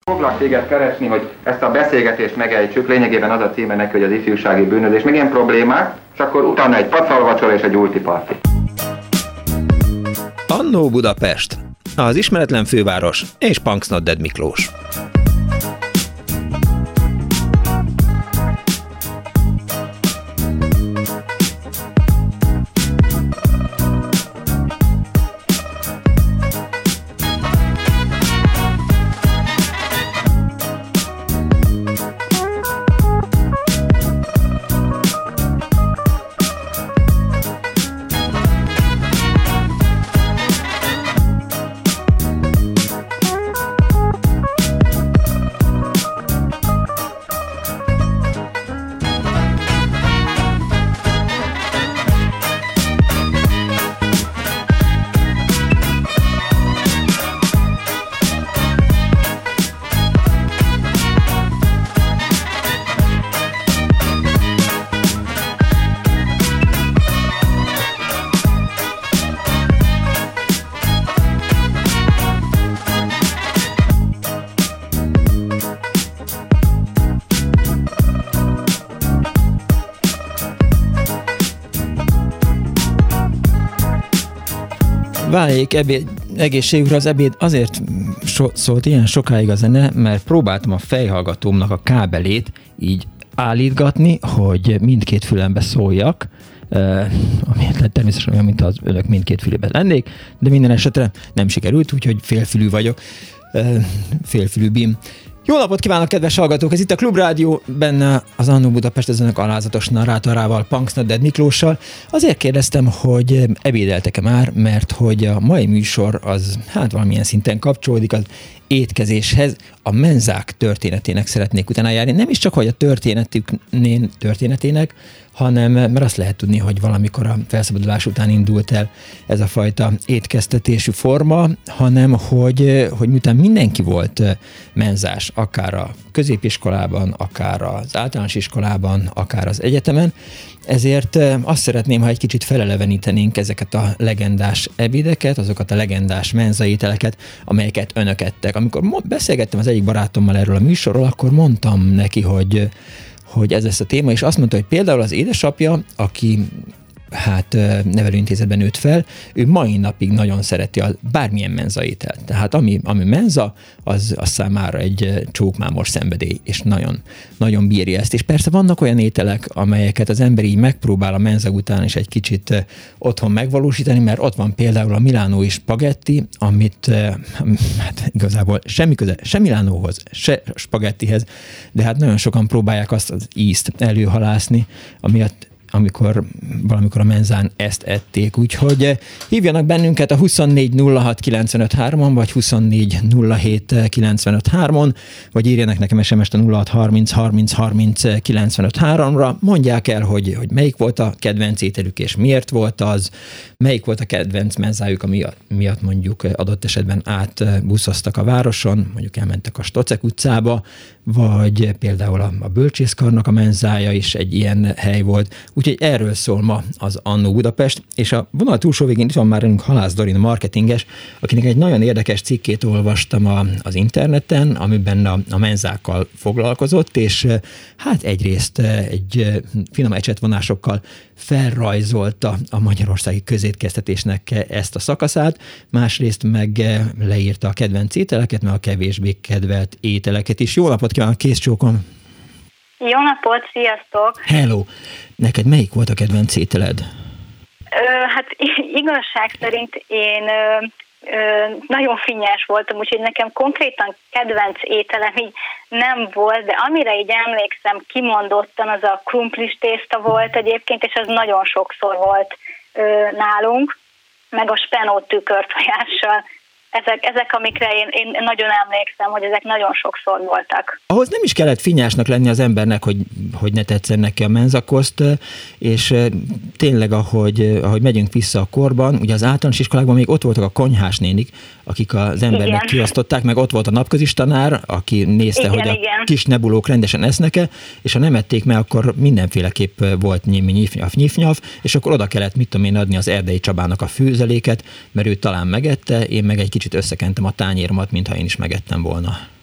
Foglak téged keresni, hogy ezt a beszélgetést megejtsük, lényegében az a címe neki, hogy az ifjúsági bűnözés, meg ilyen problémák, és akkor utána egy pacalvacsora és egy ultiparti. Annó Budapest, az ismeretlen főváros és Punks Not Dead Miklós. Váljék egészségünkre az ebéd azért szólt ilyen sokáig a zene, mert próbáltam a fejhallgatómnak a kábelét így állítgatni, hogy mindkét fülembe szóljak, ami természetesen olyan, mint az önök mindkét fülében lennék, de minden esetre nem sikerült, úgyhogy félfülű vagyok, félfülű bim. Jó napot kívánok, kedves hallgatók! Ez itt a Klubrádió, benne az Annó Budapest, az önök alázatos narrátorával, Punks Not Dead Miklóssal. Azért kérdeztem, hogy ebédeltek-e már, mert hogy a mai műsor az valamilyen szinten kapcsolódik az étkezéshez, a menzák történetének szeretnék utána járni. Nem is csak, hogy a történetének, hanem mert azt lehet tudni, hogy valamikor a felszabadulás után indult el ez a fajta étkeztetésű forma, hanem hogy miután mindenki volt menzás, akár a középiskolában, akár az általános iskolában, akár az egyetemen, ezért azt szeretném, ha egy kicsit felelevenítenénk ezeket a legendás ebédeket, azokat a legendás menzaételeket, amelyeket önök ettek. Amikor beszélgettem az egyik barátommal erről a műsorról, akkor mondtam neki, hogy ez lesz a téma, és azt mondta, hogy például az édesapja, aki nevelőintézetben nőtt fel, ő mai napig nagyon szereti bármilyen menzaételt. Tehát ami menza, az számára egy csókmámos szenvedély, és nagyon, nagyon bírja ezt. És persze vannak olyan ételek, amelyeket az ember így megpróbál a menza után is egy kicsit otthon megvalósítani, mert ott van például a milánói spagetti, amit igazából semmi köze, se milánóhoz, se spagettihez, de nagyon sokan próbálják azt az ízt előhalászni, valamikor a menzán ezt ették. Úgyhogy hívjanak bennünket a 24 06 95 3-on, vagy 24 07 95 3-on, vagy írjanak nekem SMS-t a 06 30 30 30 95 3-ra. Mondják el, hogy melyik volt a kedvenc ételük, és miért volt az, melyik volt a kedvenc menzájuk, ami miatt mondjuk adott esetben átbuszoztak a városon, mondjuk elmentek a Stocek utcába, vagy például a bölcsészkarnak a menzája is egy ilyen hely volt. Úgyhogy erről szól ma az Annó Budapest, és a vonal túlsó végén itt van már velünk Halász Dorin, a marketinges, akinek egy nagyon érdekes cikkét olvastam az interneten, amiben a menzákkal foglalkozott, és egyrészt egy finom ecsetvonásokkal felrajzolta a magyarországi közétkeztetésnek ezt a szakaszát, másrészt meg leírta a kedvenc ételeket, meg a kevésbé kedvelt ételeket is. Jó napot kívánok, kész csókom! Jó napot, sziasztok! Hello! Neked melyik volt a kedvenc ételed? Igazság szerint én nagyon finnyes voltam, úgyhogy nekem konkrétan kedvenc ételem így nem volt, de amire így emlékszem kimondottan, az a krumplis tészta volt egyébként, és az nagyon sokszor volt nálunk, meg a spenót tükörtojással. Ezek, amikre én nagyon emlékszem, hogy ezek nagyon sokszor voltak. Ahhoz nem is kellett finnyásnak lenni az embernek, hogy ne tetszen neki a menzakoszt, és tényleg, ahogy megyünk vissza a korban, ugye az általános iskolákban még ott voltak a konyhás nénik, akik az embernek kiosztották, meg ott volt a napközistanár, aki nézte, hogy a kis nebulók rendesen esznek-e, és ha nem ették meg, akkor mindenféleképp volt nyif-nyaf, és akkor oda kellett, adni az Erdei Csabának a főzeléket, mert ő talán megette, én meg egy kicsit összekentem a tányéromat, mintha én is megettem volna.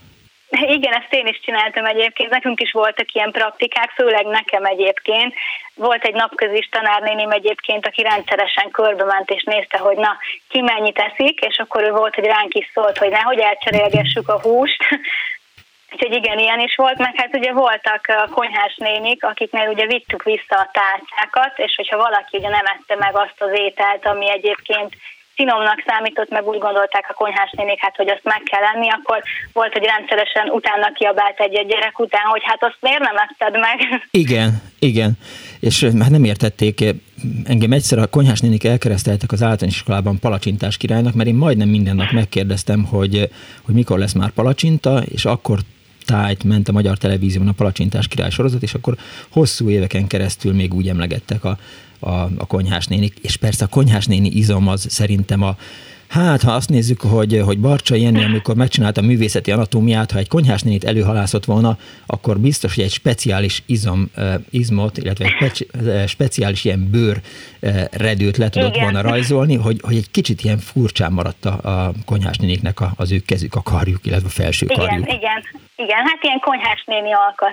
Igen, ezt én is csináltam egyébként. Nekünk is voltak ilyen praktikák, főleg nekem egyébként. Volt egy napközis tanárnénim egyébként, aki rendszeresen körbe ment és nézte, hogy na, ki mennyit eszik, és akkor ő volt, hogy ránk is szólt, hogy nehogy elcserélgessük a húst. Úgyhogy igen, ilyen is volt, meg hát ugye voltak konyhás nénik, akiknél ugye vittük vissza a tálcákat, és hogyha valaki ugye nem ette meg azt az ételt, ami egyébként finomnak számított, meg úgy gondolták a konyhás nénik, hát, hogy azt meg kell enni, akkor volt, hogy rendszeresen utána kiabált egy gyerek után, hogy hát azt miért nem etted meg? Igen. És hát nem értették. Engem egyszer a konyhás nénik elkereszteltek az általános iskolában palacsintás királynak, mert én majdnem minden nap megkérdeztem, hogy mikor lesz már palacsinta, és akkor ment a Magyar Televízión a Palacsintás király sorozat, és akkor hosszú éveken keresztül még úgy emlegettek a konyhásnénik, és persze a konyhásnéni izom az szerintem ha azt nézzük, hogy Barcsay Jenny, amikor megcsinálta a művészeti anatómiát, ha egy konyhásnénit előhalászott volna, akkor biztos, hogy egy speciális izmot, illetve egy speciális ilyen bőrredőt le tudott volna rajzolni, hogy egy kicsit ilyen furcsán maradt a konyhásnéniknek az ő kezük, a karjuk, illetve a felső karjuk. Igen, hát ilyen konyhásnéni alkat.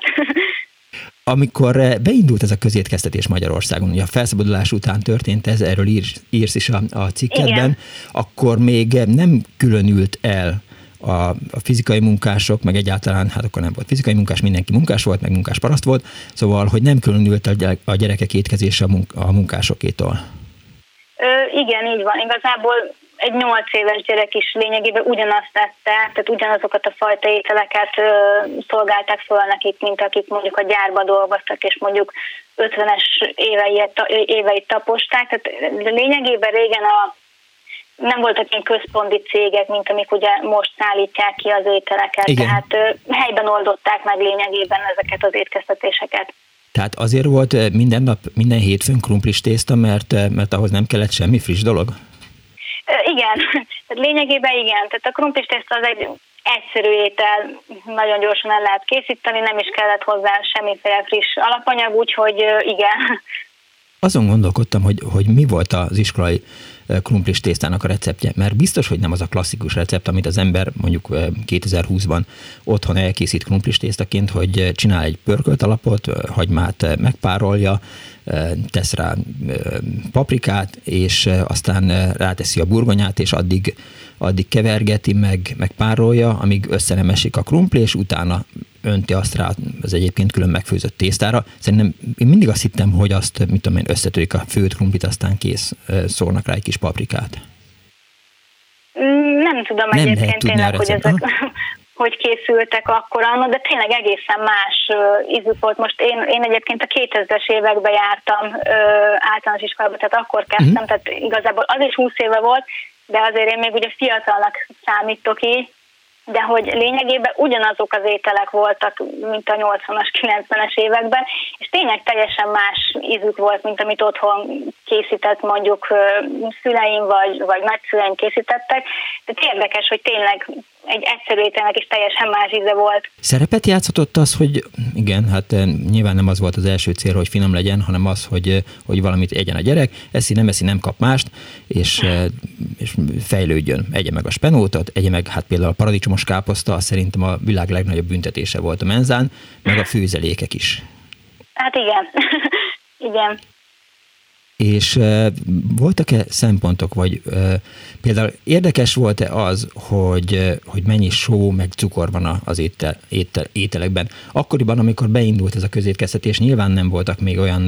Amikor beindult ez a közétkeztetés Magyarországon, ugye a felszabadulás után történt ez, erről írsz is a cikkedben, igen. Akkor még nem különült el a fizikai munkások, meg egyáltalán, hát akkor nem volt fizikai munkás, mindenki munkás volt, meg munkás paraszt volt, szóval, hogy nem különült a gyerekek étkezése a munkásokétól. Igen, így van. Igazából egy 8 éves gyerek is lényegében ugyanazt tette, tehát ugyanazokat a fajta ételeket szolgálták föl nekik, mint akik mondjuk a gyárba dolgoztak, és mondjuk 50-es éveit taposták. Tehát lényegében régen nem voltak ilyen központi cégek, mint amik ugye most szállítják ki az ételeket. Igen. Tehát helyben oldották meg lényegében ezeket az étkeztetéseket. Tehát azért volt minden nap, minden hétfőn krumplis tészta, mert ahhoz nem kellett semmi friss dolog? Igen, tehát lényegében igen. Tehát a krumplis tészta az egy egyszerű étel, nagyon gyorsan el lehet készíteni, nem is kellett hozzá semmiféle friss alapanyag, úgyhogy igen. Azon gondolkodtam, hogy mi volt az iskolai krumplis tésztának a receptje, mert biztos, hogy nem az a klasszikus recept, amit az ember mondjuk 2020-ban otthon elkészít krumplis tésztaként, hogy csinál egy pörkölt alapot, hagymát megpárolja, tesz rá paprikát, és aztán ráteszi a burgonyát, és addig kevergeti, meg párolja, amíg össze nem esik a krumpli, és utána önti azt rá az egyébként külön megfőzött tésztára. Szerintem én mindig azt hittem, hogy azt, mit tudom én, összetörik a főtt krumplit, aztán kész, szórnak rá egy kis paprikát. Nem tudom nem egyébként tényleg, hogy ezek hogy készültek akkor annak, de tényleg egészen más ízük volt. Most én egyébként a 2000-es években jártam általános iskolába, tehát akkor kezdtem, tehát igazából az is 20 éve volt, de azért én még ugye fiatalnak számítok így, de hogy lényegében ugyanazok az ételek voltak, mint a 80-as, 90-es években, és tényleg teljesen más ízük volt, mint amit otthon készített mondjuk szüleim vagy nagyszüleim készítettek. Tehát érdekes, hogy tényleg egy egyszerű ételnek is teljesen más íze volt. Szerepet játszhatott az, hogy igen, hát nyilván nem az volt az első cél, hogy finom legyen, hanem az, hogy valamit egyen a gyerek, eszi, nem kap mást, és fejlődjön, egye meg a spenótot, egye meg hát például a paradicsomos káposzta, szerintem a világ legnagyobb büntetése volt a menzán, meg a főzelékek is. Hát igen, igen. És voltak-e szempontok, vagy például érdekes volt-e az, hogy mennyi só meg cukor van az ételekben? Akkoriban, amikor beindult ez a közétkeztetés, nyilván nem voltak még olyan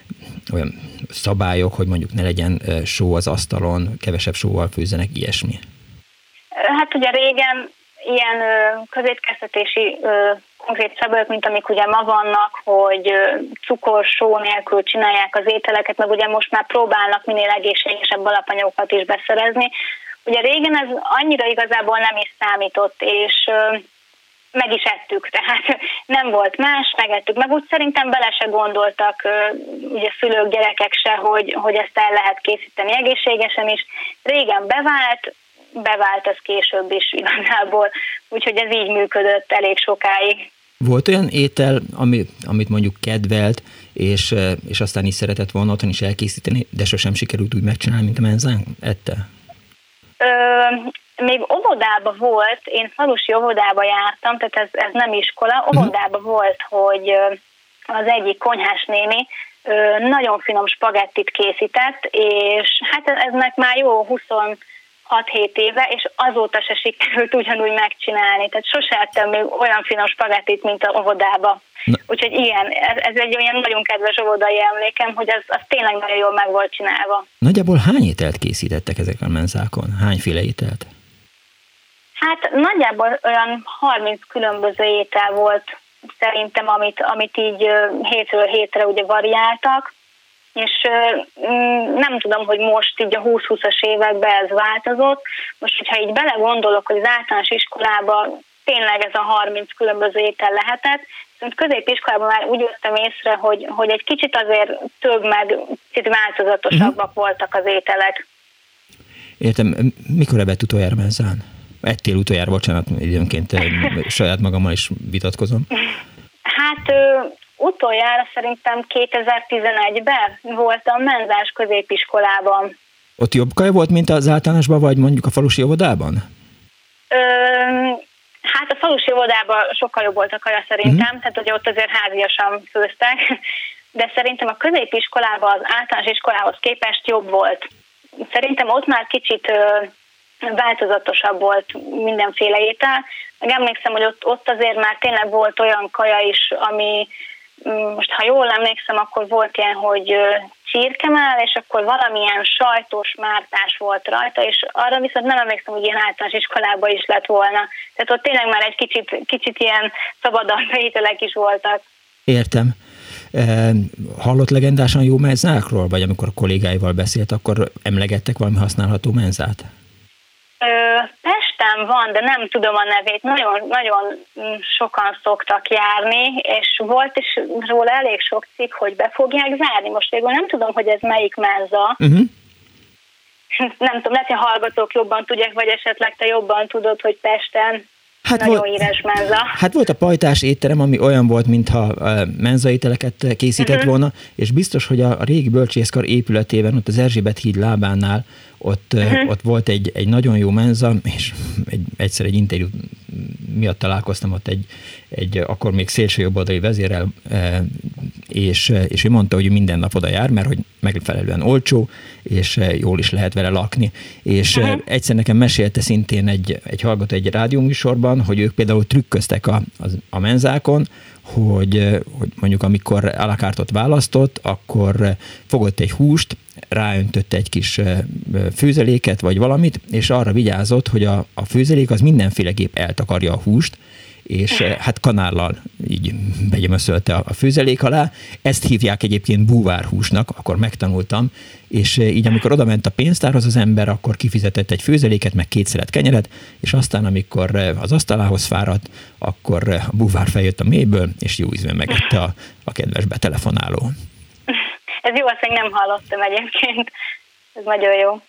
szabályok, hogy mondjuk ne legyen só az asztalon, kevesebb sóval főzzenek, ilyesmi. Hát ugye régen ilyen közétkeztetési konkrét szabályok, mint amik ugye ma vannak, hogy cukor, só nélkül csinálják az ételeket, meg ugye most már próbálnak minél egészségesebb alapanyagokat is beszerezni. Ugye régen ez annyira igazából nem is számított, és meg is ettük, tehát nem volt más, megettük. Meg úgy szerintem bele se gondoltak ugye szülők, gyerekek se, hogy ezt el lehet készíteni egészségesen is. Régen bevált ez később is igazából, úgyhogy ez így működött elég sokáig. Volt olyan étel, amit mondjuk kedvelt, és aztán is szeretett volna otthon is elkészíteni, de sosem sikerült úgy megcsinálni, mint a menzán ette? még óvodába volt, én falusi óvodába jártam, tehát ez nem iskola, óvodába volt, hogy az egyik konyhás néni nagyon finom spagettit készített, és hát eznek már jó 26-7 éve, és azóta se sikerült ugyanúgy megcsinálni. Tehát sose ettem még olyan finom spagettit, mint a óvodába. Úgyhogy igen, ez egy olyan nagyon kedves óvodai emlékem, hogy az tényleg nagyon jól meg volt csinálva. Nagyjából hány ételt készítettek ezek a menzákon? Hányféle ételt? Hát nagyjából olyan 30 különböző étel volt szerintem, amit így hétről hétre ugye variáltak, és nem tudom, hogy most így a 20-20-as években ez változott. Most, hogyha így belegondolok, hogy az általános iskolában tényleg ez a 30 különböző étel lehetett, viszont középiskolában már úgy vettem észre, hogy egy kicsit azért több, meg kicsit változatosabbak voltak az ételek. Értem, mikor evett utoljára menzán? Ettél utoljára, bocsánat, időnként saját magammal is vitatkozom. Hát utoljára szerintem 2011-ben voltam menzás középiskolában. Ott jobb kaja volt, mint az általánosban, vagy mondjuk a falusi óvodában? Hát a falusi óvodában sokkal jobb volt a kaja szerintem, tehát ugye ott azért háziasan főztek, de szerintem a középiskolában az általános iskolához képest jobb volt. Szerintem ott már kicsit változatosabb volt mindenféle étel. Meg emlékszem, hogy ott azért már tényleg volt olyan kaja is, ami most ha jól emlékszem, akkor volt ilyen, hogy csirkemell, és akkor valamilyen sajtos mártás volt rajta, és arra viszont nem emlékszem, hogy ilyen általános iskolában is lett volna. Tehát ott tényleg már egy kicsit ilyen szabadabb ételek is voltak. Értem. Hallott legendásan jó menzákról? Vagy amikor a kollégáival beszélt, akkor emlegettek valami használható menzát? Pesten van, de nem tudom a nevét. Nagyon, nagyon sokan szoktak járni, és volt is róla elég sok cikk, hogy be fogják zárni. Most végül nem tudom, hogy ez melyik menza. Nem tudom, lehet, hogy a hallgatók jobban tudják, vagy esetleg te jobban tudod, hogy Pesten nagyon híres menza. Hát volt a pajtás étterem, ami olyan volt, mintha menzaételeket készített volna, és biztos, hogy a régi bölcsészkar épületében, ott az Erzsébet híd lábánál, ott volt egy nagyon jó menza, és egyszer egy interjú miatt találkoztam ott egy akkor még szélsőjobboldali vezérrel, és ő mondta, hogy minden nap oda jár, mert hogy megfelelően olcsó, és jól is lehet vele lakni. És egyszer nekem mesélte szintén egy hallgató egy rádióműsorban, hogy ők például trükköztek a menzákon, hogy mondjuk amikor à la carte-ot választott, akkor fogott egy húst, ráöntött egy kis főzeléket vagy valamit, és arra vigyázott, hogy a főzelék az mindenféleképp eltakarja a húst, és hát kanállal így begyömöszölte a főzelék alá. Ezt hívják egyébként búvárhúsnak, akkor megtanultam, és így amikor odament a pénztárhoz az ember, akkor kifizetett egy főzeléket, meg 2 szelet kenyeret, és aztán amikor az asztalához fáradt, akkor a búvár feljött a mélyből, és jó ízben megette a kedves betelefonáló. Ez jó, azt még nem hallottam egyébként. Ez nagyon jó.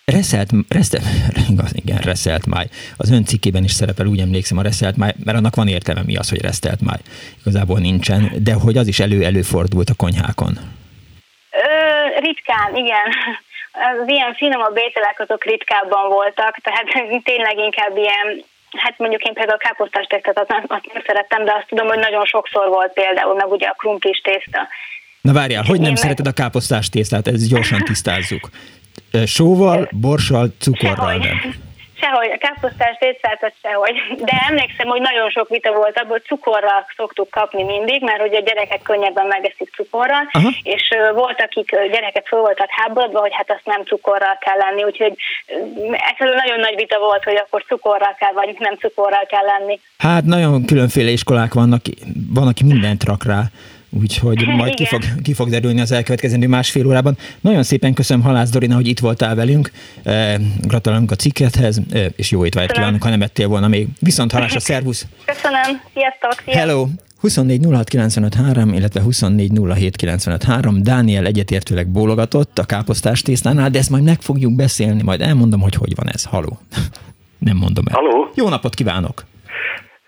Reszelt máj. Az ön cikkében is szerepel, úgy emlékszem, a reszelt máj, mert annak van értelme, mi az, hogy resztelt máj. Igazából nincsen, de hogy az is előfordult a konyhákon. Ritkán, igen. Az ilyen finomabb ételek azok ritkábban voltak, tehát tényleg inkább ilyen, hát mondjuk én például a káposztás tésztát azt nem szerettem, de azt tudom, hogy nagyon sokszor volt például, meg ugye a krumplis tészta. Na várjál, hogy nem szereted a káposztás tésztát? Ezt gyorsan tisztázzuk. Sóval, borssal, cukorral nem. Sehogy, a káposztás tésztát sehogy. De emlékszem, hogy nagyon sok vita volt abból, hogy cukorral szoktuk kapni mindig, mert ugye a gyerekek könnyebben megeszik cukorral, és volt, akik gyerekek föl voltak háborodva, hogy hát azt nem cukorral kell lenni, úgyhogy egyszerűen nagyon nagy vita volt, hogy akkor cukorral kell, vagy nem cukorral kell lenni. Hát nagyon különféle iskolák vannak, van, aki mindent rak rá. Úgyhogy majd ki fog derülni az elkövetkezendő másfél órában. Nagyon szépen köszönöm Halász Dorina, hogy itt voltál velünk. Gratulálunk a cikkethez, és jó étvágyat kívánunk, ha nem ettél volna még. Viszont hallásra, szervusz! Köszönöm, sziasztok! Hello! 24 06 95 3, illetve 24 07 95 3. Dániel egyetértőleg bólogatott a káposztás tésztánál, de ezt majd meg fogjuk beszélni, majd elmondom, hogy van ez. Haló! Nem mondom el. Haló! Jó napot kívánok!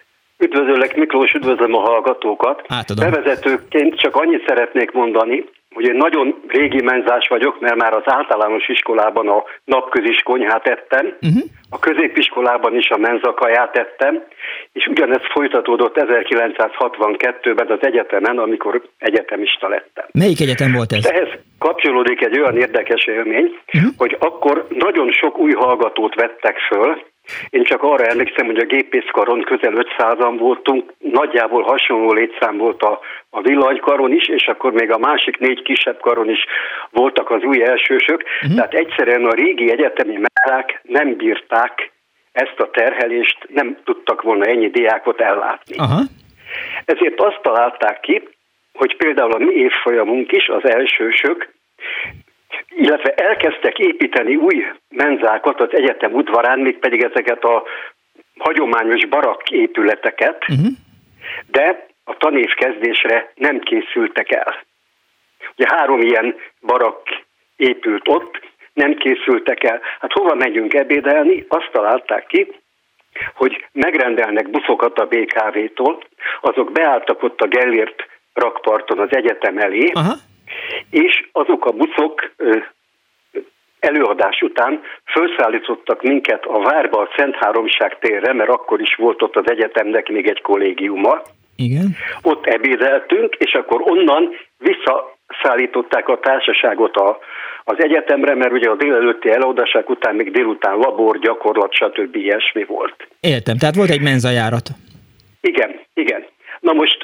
Üdvözöllek, Miklós, üdvözlöm a hallgatókat. Átadom. Bevezetőként csak annyit szeretnék mondani, hogy én nagyon régi menzás vagyok, mert már az általános iskolában a napközis konyhát ettem, a középiskolában is a menzakaját ettem, és ugyanezt folytatódott 1962-ben az egyetemen, amikor egyetemista lettem. Melyik egyetem volt ez? Ehhez kapcsolódik egy olyan érdekes élmény, hogy akkor nagyon sok új hallgatót vettek föl. Én csak arra emlékszem, hogy a gépészkaron közel 500-an voltunk, nagyjából hasonló létszám volt a villanykaron is, és akkor még a másik 4 kisebb karon is voltak az új elsősök. Tehát egyszerűen a régi egyetemi menzák nem bírták ezt a terhelést, nem tudtak volna ennyi diákot ellátni. Aha. Ezért azt találták ki, hogy például a mi évfolyamunk is, az elsősök, illetve elkezdtek építeni új menzákat az egyetem udvarán, mégpedig ezeket a hagyományos barakk épületeket, de a tanévkezdésre nem készültek el. Ugye 3 ilyen barakk épült ott, nem készültek el. Hát hova megyünk ebédelni? Azt találták ki, hogy megrendelnek buszokat a BKV-tól, azok beálltak ott a Gellért rakparton az egyetem elé, és azok a buszok előadás után felszállítottak minket a várba, a Szent Háromság térre, mert akkor is volt ott az egyetemnek még egy kollégiuma. Igen. Ott ebédeltünk, és akkor onnan visszaszállították a társaságot az egyetemre, mert ugye a délelőtti előadások után még délután labor, gyakorlat, stb. Ilyesmi volt. Értem, tehát volt egy menzajárat. Igen. Na most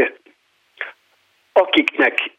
akiknek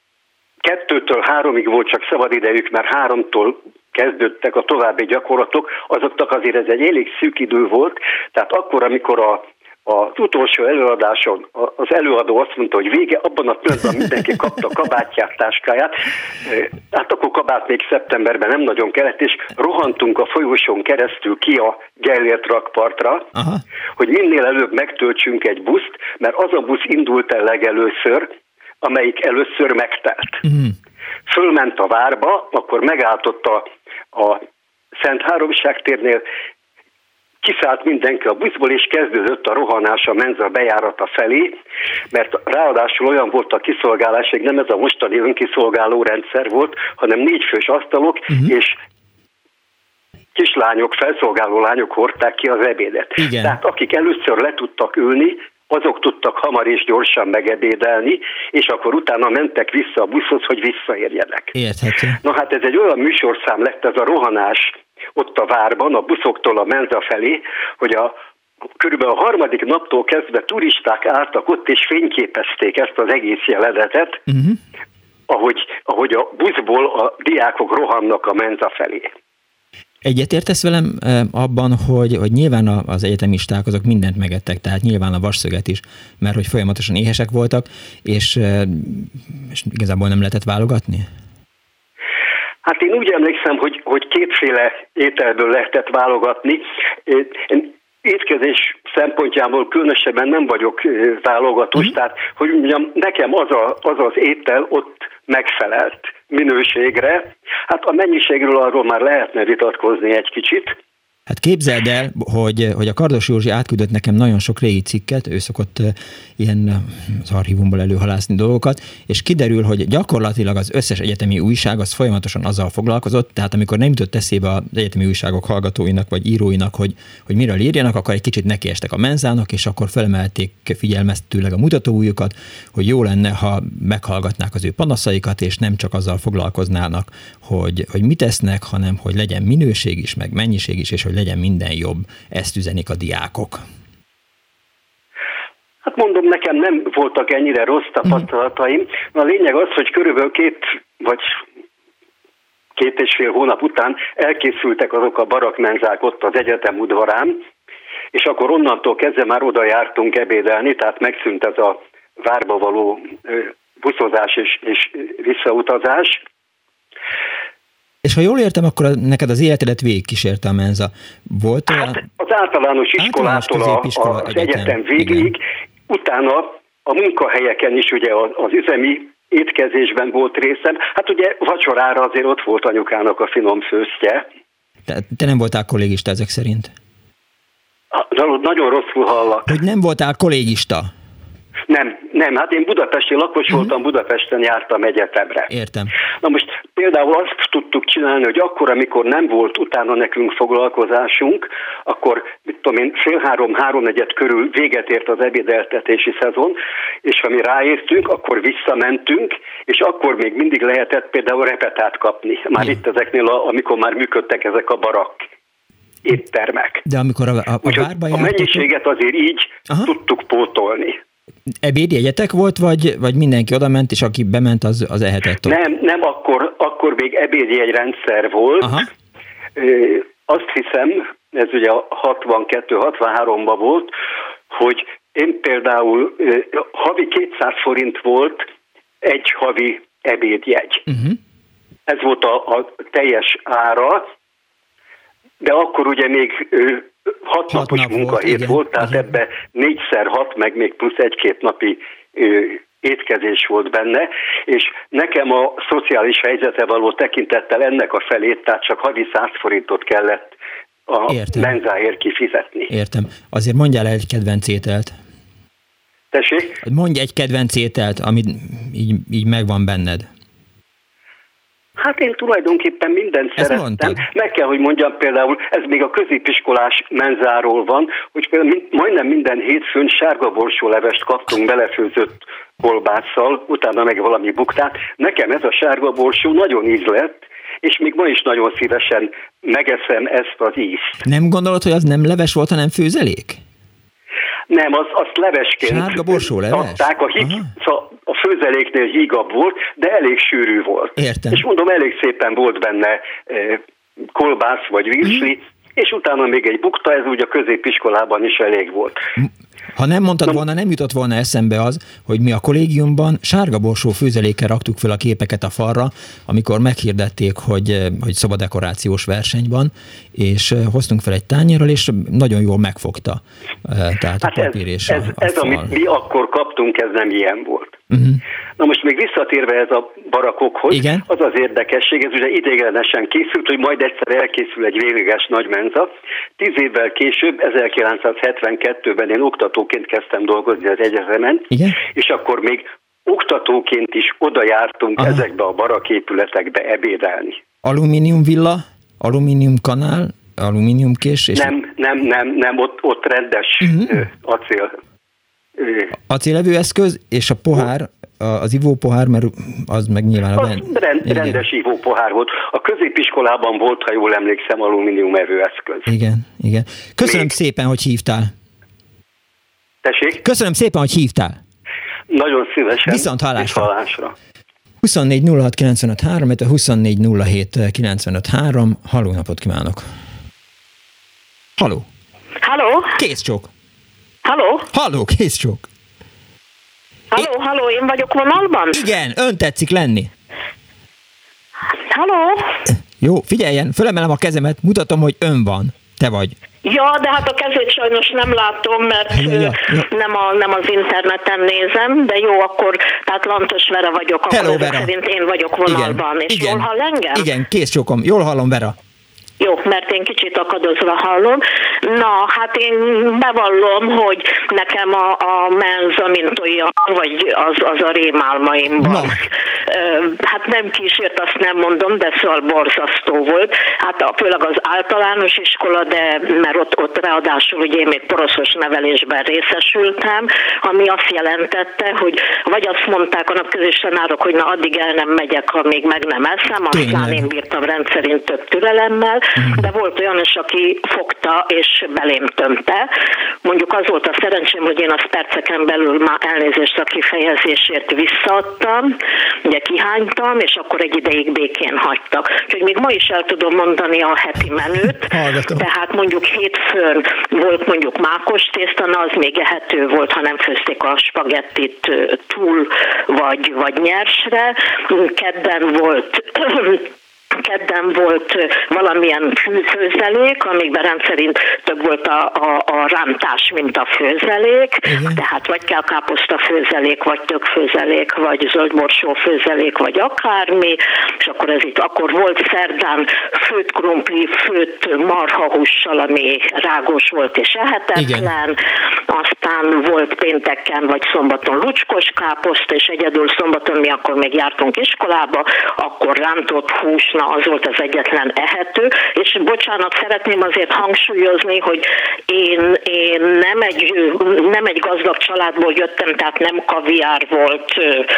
2-től 3-ig volt csak szabad idejük, mert 3-tól kezdődtek a további gyakorlatok, azoknak azért ez egy elég szűk idő volt, tehát akkor, amikor az utolsó előadáson az előadó azt mondta, hogy vége, abban a pillanatban mindenki kapta a kabátját, táskáját, hát akkor kabát még szeptemberben nem nagyon kellett, és rohantunk a folyosón keresztül ki a Gellért rakpartra, hogy minél előbb megtöltsünk egy buszt, mert az a busz indult el legelőször, amelyik először megtelt. Fölment a várba, akkor megállt ott a Szent Háromság térnél, kiszállt mindenki a buszból, és kezdődött a rohanás a menza bejárata felé, mert ráadásul olyan volt a kiszolgálás, hogy nem ez a mostani önkiszolgáló rendszer volt, hanem 4 fős asztalok, és kislányok, felszolgáló lányok hordták ki az ebédet. Igen. Tehát akik először le tudtak ülni, azok tudtak hamar és gyorsan megebédelni, és akkor utána mentek vissza a buszhoz, hogy visszaérjenek. Érthető. Na hát ez egy olyan műsorszám lett ez a rohanás ott a várban, a buszoktól a menza felé, hogy körülbelül a 3. naptól kezdve turisták álltak ott, és fényképezték ezt az egész jelenetet, ahogy a buszból a diákok rohannak a menza felé. Egyetértesz velem abban, hogy nyilván az egyetemisták azok mindent megettek, tehát nyilván a vasszöget is, mert hogy folyamatosan éhesek voltak, és igazából nem lehetett válogatni? Hát én úgy emlékszem, hogy 2 ételből lehetett válogatni. Én étkezés szempontjából különösebben nem vagyok válogatós, tehát hogy mondjam, nekem az az étel ott megfelelt minőségre. Hát a mennyiségről arról már lehetne vitatkozni egy kicsit. Hát képzeld el, hogy a Kardos Józsi átküldött nekem nagyon sok régi cikket, ő szokott ilyen az archívumból előhalászni dolgokat, és kiderül, hogy gyakorlatilag az összes egyetemi újság az folyamatosan azzal foglalkozott, tehát amikor nem jutott eszébe az egyetemi újságok hallgatóinak vagy íróinak, hogy miről írjanak, akkor egy kicsit nekiestek a menzának, és akkor felemelték figyelmeztetőleg a mutatóujjukat, hogy jó lenne, ha meghallgatnák az ő panaszaikat, és nem csak azzal foglalkoznának, hogy mit esznek, hanem hogy legyen minőség is, meg mennyiség is, és hogy legyen minden jobb. Ezt üzenik a diákok. Hát mondom, nekem nem voltak ennyire rossz tapasztalataim. A lényeg az, hogy körülbelül 2 vagy 2,5 hónap után elkészültek azok a barakmenzák ott az egyetem udvarán, és akkor onnantól kezdve már oda jártunk ebédelni, tehát megszűnt ez a várba való buszozás és visszautazás. És ha jól értem, akkor neked az életedet végigkísérte a menza. Volt hát az általános iskolától az egyetem végig, utána a munkahelyeken is ugye az üzemi étkezésben volt részem. Hát ugye vacsorára azért ott volt anyukának a finom főztje. Te nem voltál kollégista ezek szerint? Nagyon rosszul hallak. Hogy nem voltál kollégista? Nem, hát én budapesti lakos voltam, Budapesten jártam egyetemre. Értem. Na most például azt tudtuk csinálni, hogy akkor, amikor nem volt utána nekünk foglalkozásunk, akkor, mit tudom én, 2:30-3:45 körül véget ért az ebédeltetési szezon, és ha mi ráértünk, akkor visszamentünk, és akkor még mindig lehetett például repetát kapni. Már itt ezeknél, amikor már működtek ezek a barakk éttermek. De amikor a bárba jártatok... A mennyiséget azért így tudtuk pótolni. Ebédjegyetek volt, vagy mindenki oda ment, és aki bement, az ehetett ott? Nem, akkor még ebédjegyrendszer volt. Aha. Azt hiszem, ez ugye 62-63-ban volt, hogy én például havi 200 forint volt egy havi ebédjegy. Ez volt a teljes ára, de akkor ugye még 6 napos munkahét volt, tehát ebbe 4x6, meg még plusz 1-2 napi étkezés volt benne, és nekem a szociális helyzete való tekintettel ennek a felét, tehát csak havi 100 forintot kellett a menzáért kifizetni. Értem. Azért mondjál el egy kedvenc ételt. Tessék? Mondj egy kedvenc ételt, ami így megvan benned. Hát én tulajdonképpen mindent szerettem. Meg kell, hogy mondjam például, ez még a középiskolás menzáról van, hogy például majdnem minden hétfőn sárga borsólevest kaptunk belefőzött kolbásszal, utána meg valami buktát. Nekem ez a sárga borsó nagyon ízlett, és még ma is nagyon szívesen megeszem ezt az ízt. Nem gondolod, hogy az nem leves volt, hanem főzelék? Nem, azt levesként sárga borsóleves? adták, a főzeléknél hígabb volt, de elég sűrű volt. Értem. És mondom, elég szépen volt benne kolbász vagy virsli, és utána még egy bukta, ez ugye a középiskolában is elég volt. Ha nem mondtad volna, nem jutott volna eszembe az, hogy mi a kollégiumban sárga borsó főzelékkel raktuk fel a képeket a falra, amikor meghirdették, hogy szobadekorációs verseny van, és hoztunk fel egy tányérral, és nagyon jól megfogta. Tehát a papír és a ez fal. amit mi akkor kaptunk, ez nem ilyen volt. Na most még visszatérve ez a barakokhoz, igen? Az az érdekesség, ez ugye ideiglenesen készült, hogy majd egyszer elkészül egy végleges nagy menza. 10 évvel később, 1972-ben én oktatóként kezdtem dolgozni az egyetemen, igen? És akkor még oktatóként is oda jártunk ezekbe a baraképületekbe ebédelni. Alumínium villa, alumínium kanál, alumínium kés? És nem, ott rendes acél. Acélevőeszköz, és a pohár, az ivópohár, mert az meg nyilván... Rendes ivópohár volt. A középiskolában volt, ha jól emlékszem, alumínium evőeszköz. Igen. Köszönöm szépen, hogy hívtál. Tessék? Köszönöm szépen, hogy hívtál. Nagyon szívesen. Viszont hallásra. 24 06 95 3, 24 07 95 3. Halló, napot kívánok. Halló. Halló. Kézcsók. Halló, kézcsók. Halló, én vagyok vonalban? Igen, ön tetszik lenni. Halló. Jó, figyeljen, fölemelem a kezemet, mutatom, hogy ön van. Te vagy. Ja, de hát a kezét sajnos nem látom, mert nem az interneten nézem, de jó, akkor, tehát Lantos Vera vagyok, akkor hello, Vera. Szerint én vagyok vonalban. És jól hall engem? Igen, kézcsókom, jól hallom, Vera. Jó, mert én kicsit akadozva hallom. Na, hát én bevallom, hogy nekem a menza, mint olyan, vagy az a rémálmaimban. Hát nem kísért, azt nem mondom, de szóval borzasztó volt. Hát főleg az általános iskola, de mert ott ráadásul ugye én még poroszos nevelésben részesültem, ami azt jelentette, hogy vagy azt mondták a napközis tanárok, hogy na addig el nem megyek, ha még meg nem eszem, aztán én bírtam rendszerint több türelemmel, de volt olyan is, aki fogta és belém tömte. Mondjuk az volt a szerencsém, hogy én azt perceken belül már elnézést a kifejezésért visszaadtam, ugye kihánytam, és akkor egy ideig békén hagytak. Úgyhogy még ma is el tudom mondani a heti menüt, tehát mondjuk hétfőn volt mondjuk mákos tészta, az még ehető volt, ha nem főzték a spagettit túl vagy nyersre. Kedden volt kedden volt valamilyen főzelék, amikben rendszerint több volt a rántás, mint a főzelék, tehát vagy kelkáposzta főzelék, vagy tök főzelék, vagy zöldborsó főzelék, vagy akármi, és akkor akkor volt szerdán főtt krumpli, főtt marhahússal, ami rágos volt és ehetetlen, aztán volt pénteken vagy szombaton lucskos káposzta, és egyedül szombaton mi akkor még jártunk iskolába, akkor rántott hús, az volt az egyetlen ehető, és bocsánat, szeretném azért hangsúlyozni, hogy én nem egy gazdag családból jöttem, tehát nem kaviár volt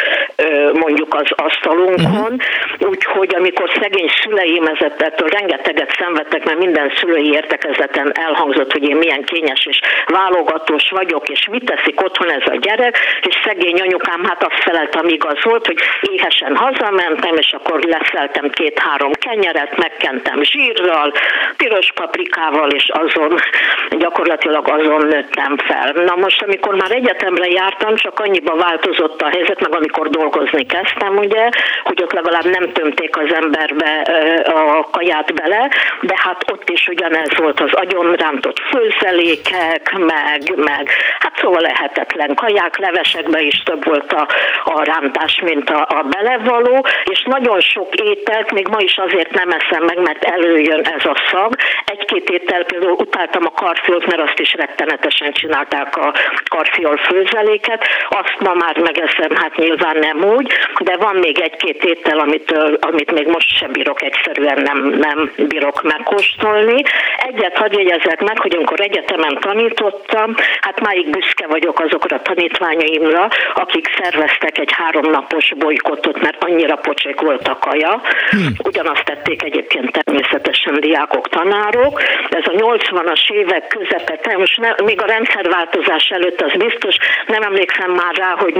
mondjuk az asztalunkon, úgyhogy amikor szegény szüleim ettől rengeteget szenvedtek, mert minden szülői értekezleten elhangzott, hogy én milyen kényes és válogatós vagyok, és mit teszik otthon ez a gyerek, és szegény anyukám hát azt felelt, ami igaz volt, hogy éhesen hazamentem, és akkor leszeltem 2-3 kenyeret, megkentem zsírral, piros paprikával, és gyakorlatilag azon nőttem fel. Na most, amikor már egyetemre jártam, csak annyiba változott a helyzet, meg amikor dolgozni kezdtem, ugye, hogy ott legalább nem tömték az emberbe a kaját bele, de hát ott is ugyanez volt az agyonrántott főzelékek, meg hát szóval lehetetlen kaják, levesekben is több volt a rántás, mint a belevaló, és nagyon sok ételt még ma is azért nem eszem meg, mert előjön ez a szag. Egy-két étel, például utáltam a karfiolt, mert azt is rettenetesen csinálták a karfiol főzeléket, azt ma már megeszem, hát nyilván nem úgy, de van még egy-két étel, amit még most sem bírok, egyszerűen nem bírok megkóstolni. Egyet hadd jegyezzek meg, hogy amikor egyetemen tanítottam, hát máig büszke vagyok azokra a tanítványaimra, akik szerveztek egy 3 napos bolykottot, mert annyira pocsék volt a kaja. Ugyanazt tették egyébként természetesen diákok, tanárok. Ez a 80-as évek közepete, most még a rendszerváltozás előtt az biztos, nem emlékszem már rá, hogy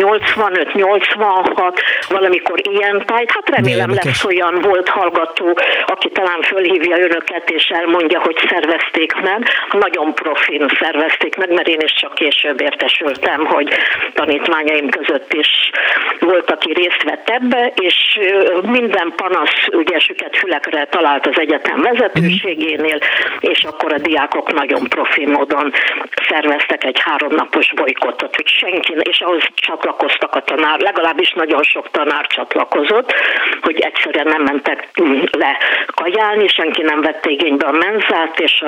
85-86, valamikor ilyen tájt. Hát remélem lesz olyan volt hallgató, aki talán fölhívja önöket és elmondja, hogy szervezték meg. Nagyon profin szervezték meg, mert én is csak később értesültem, hogy tanítványaim között is volt, aki részt vett ebbe, és minden panasz ügyesüket fülekre talált az egyetem vezetőségénél, és akkor a diákok nagyon profi módon szerveztek egy 3 napos bolykottot, hogy senki, és ahhoz csatlakoztak a tanár, legalábbis nagyon sok tanár csatlakozott, hogy egyszerűen nem mentek le kajálni, senki nem vette igénybe a menzát, és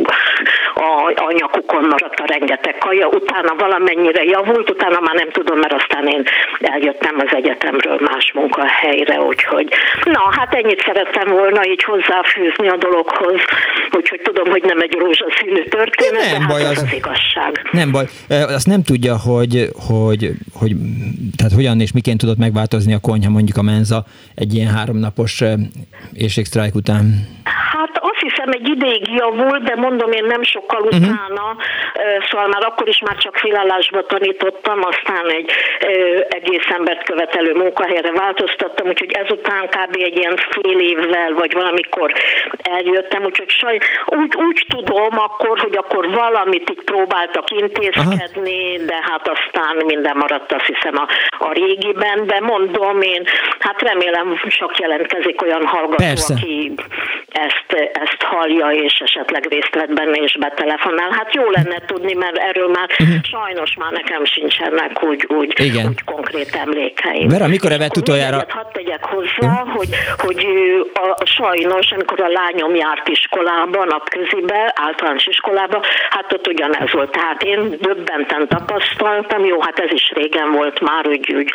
a nyakukon maradt a rengeteg kaja. Utána valamennyire javult, utána már nem tudom, mert aztán én eljöttem az egyetemről más munkahelyre, úgyhogy hát ennyit szerettem volna így hozzáfűzni a dologhoz, úgyhogy tudom, hogy nem egy rózsaszínű történet, nem de baj, hát az igazság. Nem baj. Azt nem tudja, hogy tehát hogyan és miként tudott megváltozni a konyha, mondjuk a menza egy ilyen 3 napos éhségsztrájk után? Hát azt hiszem egy ideig javult, de mondom én nem sokkal utána, szóval már akkor is már csak félállásba tanítottam, aztán egy egész embert követelő munkahelyre változtattam, úgyhogy ezután kb. Egy ilyen fél évvel, vagy valamikor eljöttem, úgyhogy úgy tudom akkor, hogy akkor valamit így próbáltak intézkedni, de hát aztán minden maradt, azt hiszem a régiben, de mondom én, hát remélem csak jelentkezik olyan hallgató, persze, aki ezt hallja, és esetleg részt vett benne, és betelefonál. Hát jó lenne tudni, mert erről már sajnos már nekem sincsenek úgy konkrét emlékeim. Vera, mikor evett utoljára? Hadd tegyek hozzá, hogy sajnos, amikor a lányom járt iskolába, napközibe, általános iskolába, hát ott ugyanez volt. Tehát én döbbenten tapasztaltam, jó, hát ez is régen volt már, úgy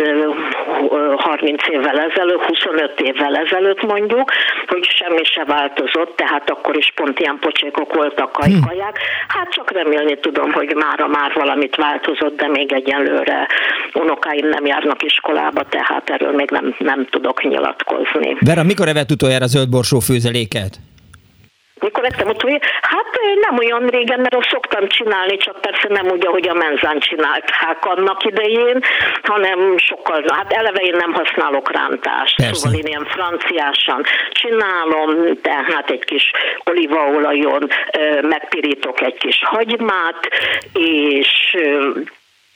30 évvel ezelőtt, 25 évvel ezelőtt mondjuk, hogy semmi se változott, tehát akkor is pont ilyen pocsékok voltak kaják. Hát csak remélni tudom, hogy mára már valamit változott, de még egyenlőre unokáim nem járnak iskolába, tehát erről még nem tudok nyilatkozni. Vera, mikor evett utoljára zöldborsó főzeléket? Mikor ettem utoljára? Hát nem olyan régen, mert azt szoktam csinálni, csak persze nem úgy, ahogy a menzán csinálták annak idején, hanem sokkal, hát eleve én nem használok rántást, persze. Szóval én ilyen franciásan csinálom, tehát egy kis olívaolajon megpirítok egy kis hagymát, és abba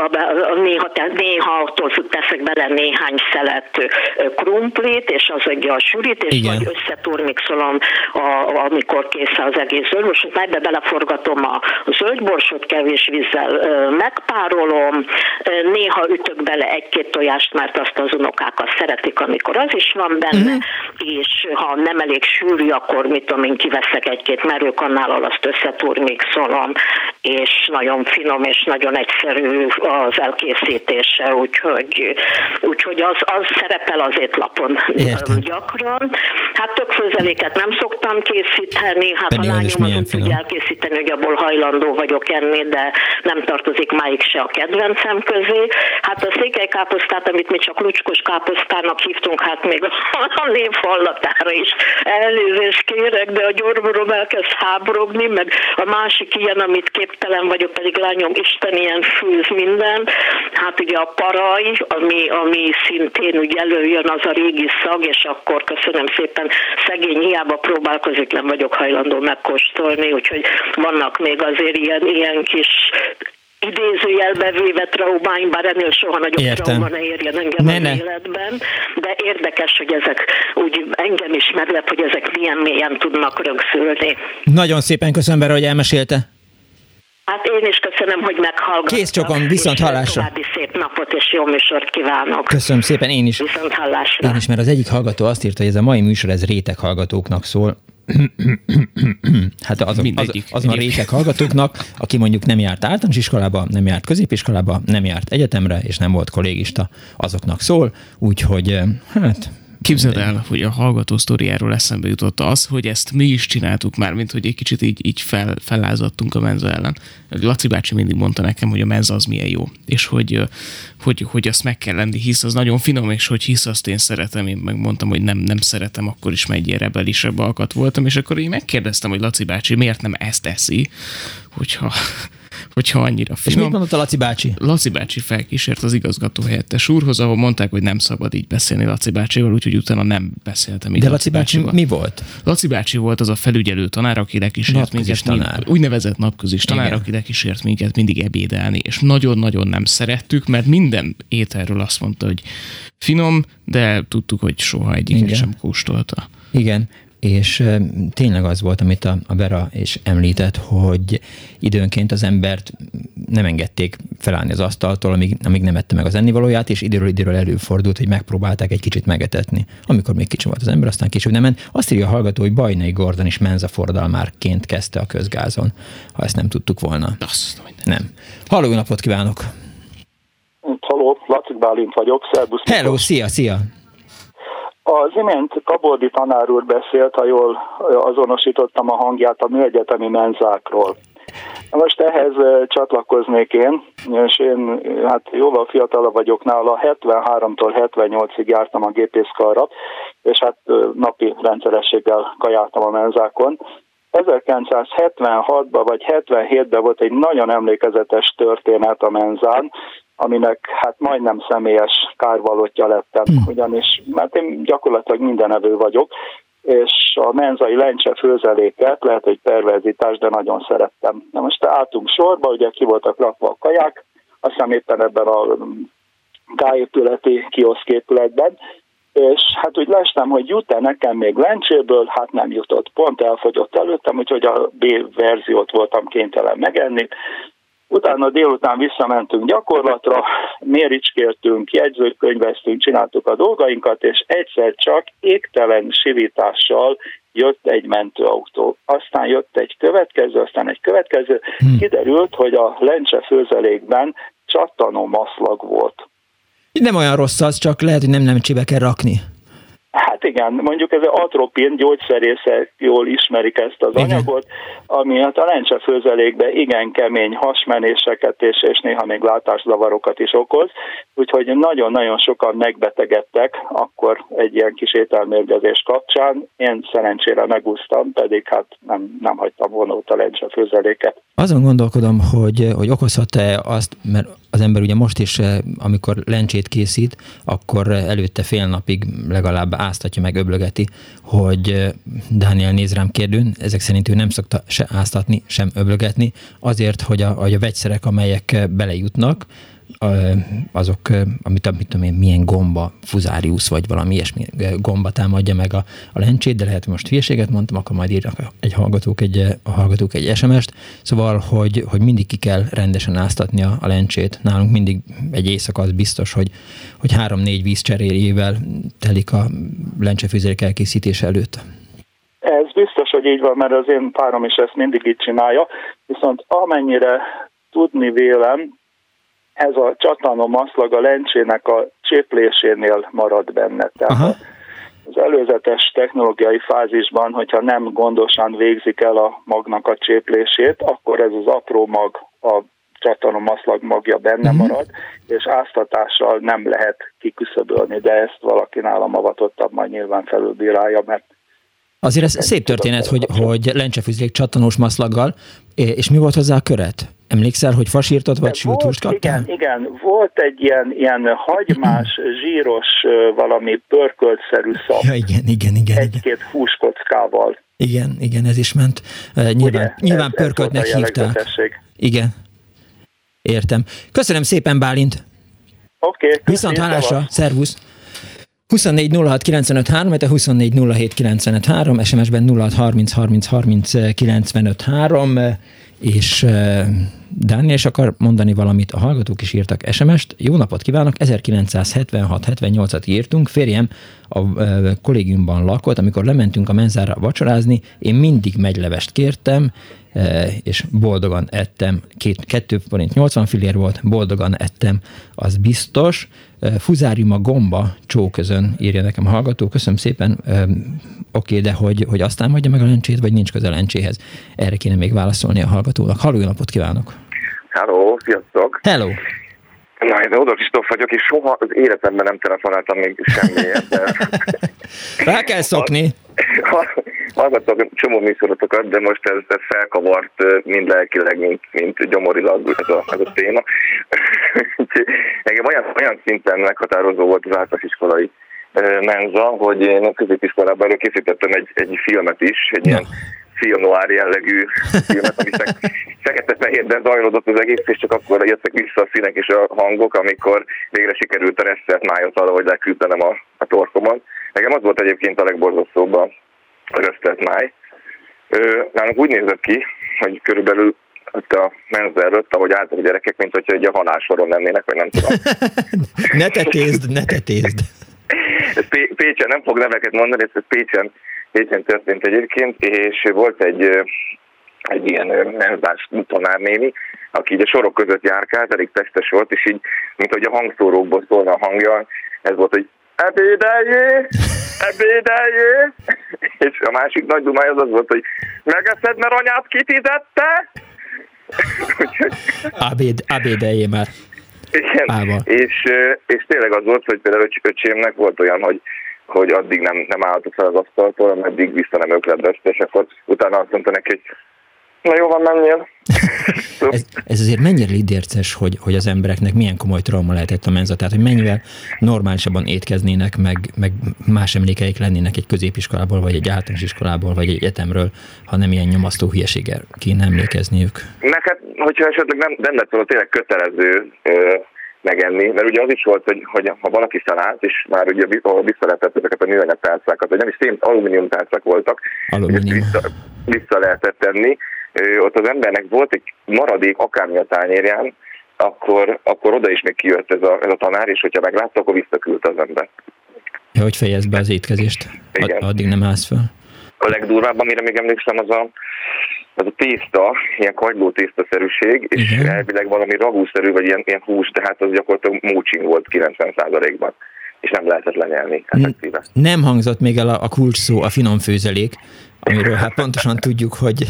abba néha teszek bele néhány szelet krumplit, és az egy a sűrítés, vagy összeturmixolom, amikor kész az egész zöldborsot, ebbe beleforgatom a zöldborsot, kevés vízzel megpárolom, néha ütök bele egy-két tojást, mert azt az unokák azt szeretik, amikor az is van benne, és ha nem elég sűrű, akkor mit tudom én, kiveszek egy-két merőkanállal, azt összeturmixolom, és nagyon finom és nagyon egyszerű az elkészítése, úgyhogy az szerepel az étlapon gyakran. Hát tök főzeléket nem szoktam készíteni, hát a lányom azon tudja elkészíteni, hogy abból hajlandó vagyok enni, de nem tartozik máig se a kedvencem közé. Hát a székelykáposztát, amit mi csak lucskos káposztának hívtunk, hát még a név hallatára is elnézést kérek, de a gyorborom elkezd háborogni, meg a másik ilyen, amit képtelen vagyok, pedig lányom Isten ilyen főz minden. Hát ugye a paraj, ami szintén ugye előjön, az a régi szag, és akkor köszönöm szépen, szegény hiába próbálkozik, nem vagyok hajlandó megkóstolni, úgyhogy vannak még azért ilyen kis idézőjelbe véve traumáim, bár ennél soha nagyobb trauma ne érjen engem az életben, de érdekes, hogy ezek úgy engem is meglep, hogy ezek milyen mélyen tudnak rögzülni. Nagyon szépen köszönöm, Vera, hogy elmesélte. Hát én is köszönöm, hogy meghallgattak. Kész csokon, viszont hallásra. További szép napot és jó műsort kívánok. Köszönöm szépen, én is. Viszont hallásra. Én is, mert az egyik hallgató azt írta, hogy ez a mai műsor, ez réteg hallgatóknak szól. Hát azon a réteg hallgatóknak, aki mondjuk nem járt általános iskolába, nem járt középiskolába, nem járt egyetemre, és nem volt kollégista, azoknak szól, úgyhogy hát... Képzeld el, hogy a hallgató sztoriáról eszembe jutott az, hogy ezt mi is csináltuk már, mint hogy egy kicsit így fellázadtunk a menza ellen. Laci bácsi mindig mondta nekem, hogy a menza az milyen jó, és hogy azt meg kell lenni, hisz az nagyon finom, és hogy hisz azt én szeretem, én megmondtam, hogy nem szeretem, akkor is egy ilyen rebelisebb alkat voltam, és akkor én megkérdeztem, hogy Laci bácsi miért nem ezt eszi, hogyha annyira finom. És mit mondott a Laci bácsi? Laci bácsi felkísért az igazgató helyettes úrhoz, ahol mondták, hogy nem szabad így beszélni Laci bácsival, úgyhogy utána nem beszéltem így. De Laci bácsi mi volt? Laci bácsi volt az a felügyelő tanár, aki lekísért minket. Úgynevezett napközis tanár, aki lekísért minket mindig ebédelni, és nagyon-nagyon nem szerettük, mert minden ételről azt mondta, hogy finom, de tudtuk, hogy soha egyiket sem kóstolta. Igen. És tényleg az volt, amit a Vera is említett, hogy időnként az embert nem engedték felállni az asztaltól, amíg nem ette meg az ennivalóját, és időről előfordult, hogy megpróbálták egy kicsit megetetni. Amikor még kicsi volt az ember, aztán később nem ment. Azt írja a hallgató, hogy Bajnai Gordon is menzaforradalmárként kezdte a közgázon, ha ezt nem tudtuk volna. Nem. Halló, jó napot kívánok! Halló, Laci Bálint vagyok, szervusz. Hello, szia! Az imént Kaboldi tanár úr beszélt, ha jól azonosítottam a hangját, a műegyetemi menzákról. Most ehhez csatlakoznék én, és én hát jóval fiatalabb vagyok nála, 73-tól 78-ig jártam a gépészkarra, és hát napi rendszerességgel kajáltam a menzákon. 1976-ban vagy 77-ben volt egy nagyon emlékezetes történet a menzán, aminek hát majdnem személyes kárvalótja lettem, ugyanis mert én gyakorlatilag mindenevő vagyok, és a menzai lencse főzeléket, lehet, hogy perverzitás, de nagyon szerettem. Na most álltunk sorba, ugye ki voltak rakva a kaják, azt hiszem éppen ebben a K-épületi kioszképületben, és hát úgy lestem, hogy jut-e nekem még lencséből, hát nem jutott, pont elfogyott előttem, úgyhogy a B verziót voltam kénytelen megenni. Utána délután visszamentünk gyakorlatra, méricskéltünk, jegyzőkönyveztünk, csináltuk a dolgainkat, és egyszer csak égtelen sivítással jött egy mentőautó. Aztán jött egy következő, kiderült, hogy a lencse főzelékben csattanó maszlag volt. Nem olyan rossz az, csak lehet, hogy nem lencsébe kell rakni. Hát igen, mondjuk ez az atropin, gyógyszerészek jól ismerik ezt az anyagot, ami a lencse főzelékben igen kemény hasmenéseket és néha még látászavarokat is okoz, úgyhogy nagyon-nagyon sokan megbetegedtek akkor egy ilyen kis ételmérgezés kapcsán. Én szerencsére megúsztam, pedig hát nem hagytam volna ott a lencse főzeléket. Azon gondolkodom, hogy okozhat-e azt, mert az ember ugye most is, amikor lencsét készít, akkor előtte fél napig legalább áztatja meg, öblögeti, hogy Dániel néz rám kérdőn, ezek szerint ő nem szokta se áztatni, sem öblögetni, azért, hogy a vegyszerek, amelyek belejutnak, azok, amit tudom én, milyen gomba, Fusarius vagy valami ilyesmi gomba támadja meg a lencsét, de lehet, hogy most hülyeséget mondtam, akkor majd írnak a hallgatók egy SMS-t. Szóval, hogy mindig ki kell rendesen áztatni a lencsét. Nálunk mindig egy éjszaka az biztos, hogy 3-4 víz cseréjével telik a lencsefűzék elkészítése előtt. Ez biztos, hogy így van, mert az én párom is ezt mindig így csinálja, viszont amennyire tudni vélem, ez a csatlanomaszlag a lencsének a cséplésénél marad benne. Tehát az előzetes technológiai fázisban, hogyha nem gondosan végzik el a magnak a cséplését, akkor ez az apró mag, a csatlanomaszlag magja benne marad, és áztatással nem lehet kiküszöbölni, de ezt valaki nálam avatottabb majd nyilván felülbírálja, mert azért ez szép történet, hogy lencsefűzék csattanós maszlaggal, és mi volt hozzá a köret? Emlékszel, hogy fasírtot vagy sült húst kaptál? Igen, volt egy ilyen hagymás, zsíros, valami pörköltszerű szap. Ja, igen. Egy-két húskockával. Igen, ez is ment. Nyilván pörköltnek hívták. Igen, értem. Köszönöm szépen, Bálint. Oké. Viszont hálásra, szervusz. 24 06 95 3, 24 07 95 3, SMS-ben 06 30 30 30 95 3, és Dániel is akar mondani valamit, a hallgatók is írtak SMS-t. Jó napot kívánok, 1976-78-at írtunk, férjem a kollégiumban lakott, amikor lementünk a menzára vacsorázni, én mindig megylevest kértem, és boldogan ettem, 2 forint 80 fillér volt, boldogan ettem, az biztos. Fusarium a gomba csóközön, írja nekem a hallgató, köszönöm szépen. Oké, de hogy aztán hagyja meg a lencsét, vagy nincs köze a lencséhez? Erre kéne még válaszolni a hallgatónak. Halló, jó napot kívánok! Hello, sziasztok! Hello! Na, én Ódor Kristóf vagyok, és soha az életemben nem telefonáltam még semmiért. De... Rá kell szokni! Hallgattok csomó műsorotokat, de most ez felkavart mind lelkileg, mint gyomorilag ez a téma. Engem olyan szinten meghatározó volt az általános iskolai menza, hogy én a középiskolában előkészítettem egy filmet is, egy ilyen film noir jellegű filmet, amit fekete-fehérben zajlódott az egész, és csak akkor jöttek vissza a színek és a hangok, amikor végre sikerült a resszelt májat arra, hogy leküzdenem a torkomon. Nekem az volt egyébként a legborzasztóbb a rösztelt máj. Nálunk úgy nézett ki, hogy körülbelül a menza előtt, ahogy álltak a gyerekek, mint hogyha egy a halálsoron lennének, vagy nem tudom. Ne tetézd! Ez Pécsen, nem fog neveket mondani, ez Pécsen történt egyébként, és volt egy ilyen menzás tanárnéni, aki így a sorok között járkált, elég testes volt, és így, mint hogy a hangszórókból szólna a hangja, ez volt, hogy ebédeljé! És a másik nagy dumája az volt, hogy megeszed, mert anyád kifizette? Ebédeljé már. Igen, és tényleg az volt, hogy például öcsémnek volt olyan, hogy addig nem állhatott fel az asztaltól, ameddig vissza nem ökledezte, és akkor utána azt mondta neki, hogy na jó van, menjél. Ez azért mennyire lidérces, hogy az embereknek milyen komoly trauma lehetett a menza, tehát hogy mennyivel normálisabban étkeznének, meg más emlékeik lennének egy középiskolából, vagy egy általános iskolából, vagy egy egyetemről, ha nem ilyen nyomasztó hülyeséggel kéne emlékezniük. Meg hát, hogyha esetleg nem lett volna tényleg kötelező megenni, mert ugye az is volt, hogy ha valaki felállt, és már ugye vissza lehetett ezeket a műanyag tálcákat, vagy nem is alumínium tálcák voltak, vissza lehetett tenni, ott az embernek volt egy maradék akármi a tányérján, akkor oda is még kijött ez a tanár, és hogyha meglátta, akkor visszaküldte az ember. Ja, hogy fejezd be az étkezést, addig nem állsz fel. A legdurvább, amire még emlékszem, az a tészta, ilyen kagyló tésztaszerűség, és elvileg valami ragúszerű, vagy ilyen hús, de hát az gyakorlatilag mócsing volt 90%-ban, és nem lehetett lenyelni effektíve. Nem hangzott még el a kulcs szó, a finom főzelék, amiről hát pontosan tudjuk, hogy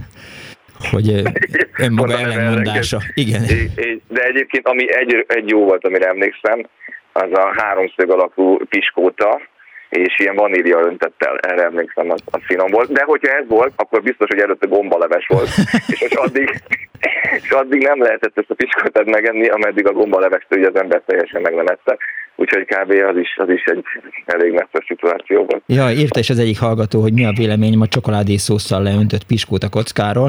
önmaga ellenmondása. Igen. De egyébként, ami egy jó volt, amire emlékszem, az a 3-szög alakú piskóta, és ilyen vanília öntettel, erre emlékszem, az finom volt. De hogyha ez volt, akkor biztos, hogy előtte gombaleves volt. és addig nem lehetett ezt a piskótát megenni, ameddig a gombalevest ugye az ember teljesen meg nem ette. úgyhogy kb. az is egy elég messzes szituáció volt. Ja, írta is az egyik hallgató, hogy mi a véleményem a csokoládészósszal leöntött piskót a kockáról.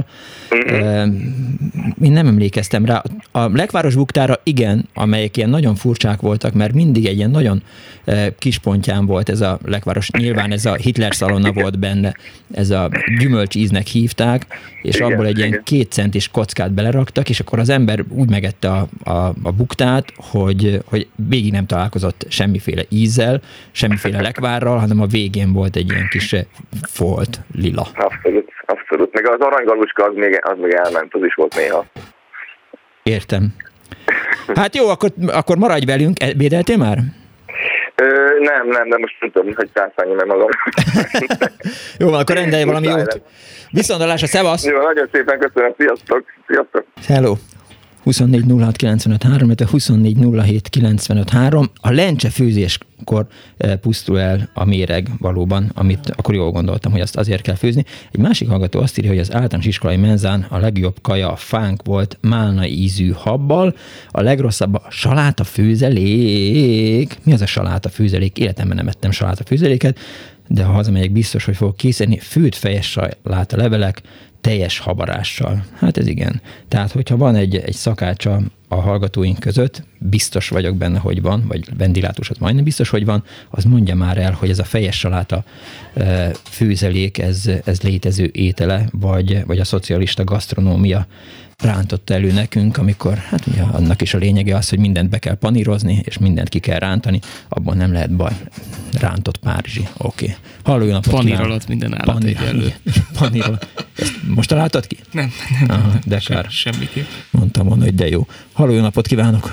Én nem emlékeztem rá. A Lekváros buktára igen, amelyek ilyen nagyon furcsák voltak, mert mindig egy ilyen nagyon kis pontján volt ez a Lekváros, nyilván ez a Hitler szalonna volt benne, ez a gyümölcsíznek hívták, és igen, abból egy ilyen 2 centis kockát beleraktak, és akkor az ember úgy megette a buktát, hogy végig nem találkozott semmiféle ízzel, semmiféle lekvárral, hanem a végén volt egy ilyen kis folt lila. Abszolút. Meg az aranygaluska az még elment, az is volt néha. Értem. Hát jó, akkor maradj velünk. Védeltél már? Nem, de most nem tudom, hogy cászálni meg magam. Jó, akkor rendelj valami jót. Viszontlátásra, szevasz! Jó, nagyon szépen köszönöm, sziasztok! Hello! 24 06 95 3, 24 07 95 3. A lencse főzéskor pusztul el a méreg valóban, amit akkor jól gondoltam, hogy azt azért kell főzni. Egy másik hallgató azt írja, hogy az általános iskolai menzán a legjobb kaja a fánk volt málna ízű habbal, a legrosszabb a saláta főzelék. Mi az a saláta főzelék? Életemben nem ettem saláta főzeléket, de ha hazamegyek, biztos, hogy fogok készíteni főtt fejes saláta levelek, teljes habarással. Hát ez igen. Tehát, hogyha van egy szakácsa a hallgatóink között, biztos vagyok benne, hogy van, vagy ventilátusod majdnem biztos, hogy van, az mondja már el, hogy ez a fejes saláta főzelék, ez létező étele, vagy a szocialista gasztronómia rántotta elő nekünk, amikor, hát ugye annak is a lényege az, hogy mindent be kell panírozni, és mindent ki kell rántani, abban nem lehet baj. Rántott párizsi. Oké. Halló, jó napot panír alatt minden állat egyenlő. Panír alatt. Ezt most találtad ki? Nem. Aha, de kár. Semmiképp. Mondtam volna, hogy de jó. Halló, jó napot kívánok!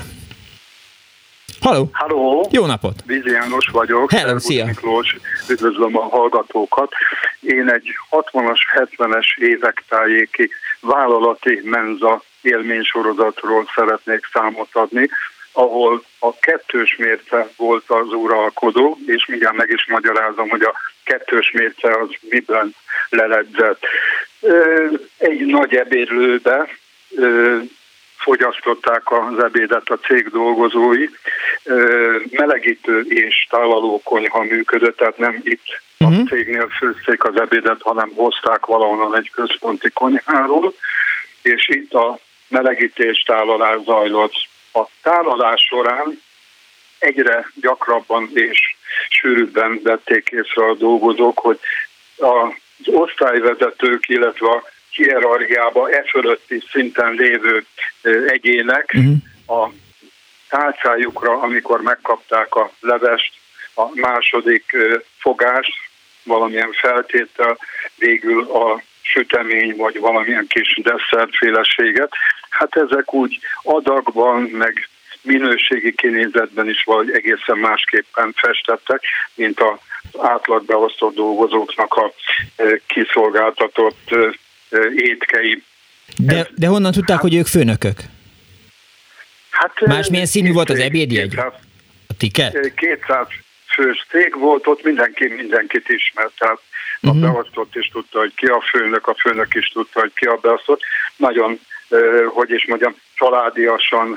Halló! Jó napot! Vízi János vagyok. Hello, szia! Miklós, üdvözlöm a hallgatókat. Én egy 60-as, 70-es évek tájéki vállalati menza élménysorozatról szeretnék számot adni, ahol a 2. mérce volt az uralkodó, és mindjárt meg is magyarázom, hogy a 2. mérce az miben leledzett. Egy nagy ebédlőbe fogyasztották az ebédet a cég dolgozói. Melegítő és tálaló konyha működött, tehát nem itt a cégnél főzték az ebédet, hanem hozták valahonnan egy központi konyháról, és itt a melegítés, tálalás zajlott. A tálalás során egyre gyakrabban és sűrűbben vették észre a dolgozók, hogy az osztályvezetők, illetve a hierarchiába fölötti szinten lévő egyének a tálcájukra, amikor megkapták a levest, a második fogás, valamilyen feltétel, végül a sütemény, vagy valamilyen kis desszertféleséget. Hát ezek úgy adagban, meg minőségi kinézetben is valahogy egészen másképpen festettek, mint az átlagbeosztott dolgozóknak a kiszolgáltatott étkei. De honnan tudták, hogy ők főnökök? Hát, másmilyen színű volt az ebédjegy? A tiket? 200 fős cég volt, ott mindenkit ismert, tehát a beosztott is tudta, hogy ki a főnök is tudta, hogy ki a beosztott. Nagyon, hogy is mondjam, családiasan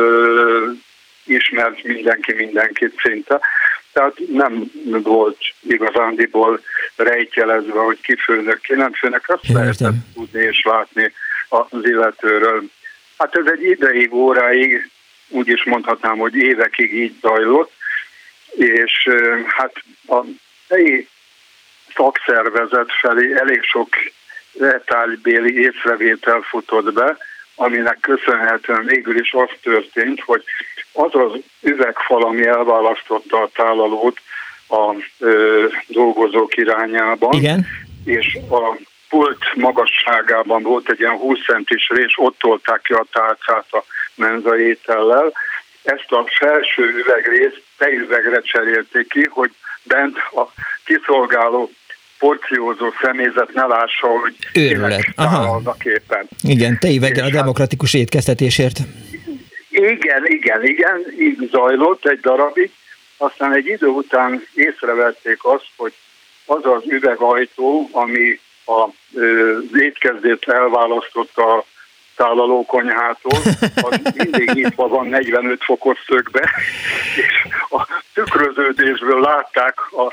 ismert mindenkit szinte. Tehát nem volt igazándiból rejtjelezve, hogy ki főnök, ki nem főnök, azt lehetett tudni és látni az illetőről. Hát ez egy ideig, óráig, úgy is mondhatnám, hogy évekig így zajlott, és hát a helyi szakszervezet felé elég sok detaljbéli észrevétel futott be, aminek köszönhetően végül is az történt, hogy az az üvegfal, ami elválasztotta a tálalót a dolgozók irányában, igen, és a pult magasságában volt egy ilyen 20 centis rés, ott tolták ki a tálcát a menza étellel. Ezt a felső üvegrészt tejüvegre cserélték ki, hogy bent a kiszolgáló porciózó személyzet ne lássa, hogy őrület. Tálalnak éppen. Igen, tejüveggel a demokratikus étkeztetésért. Igen, így zajlott egy darabig, aztán egy idő után észrevették azt, hogy az az üvegajtó, ami az étkezdét elválasztotta a tálalókonyhától, az mindig nyitva van 45 fokos szögbe, és a tükröződésből látták a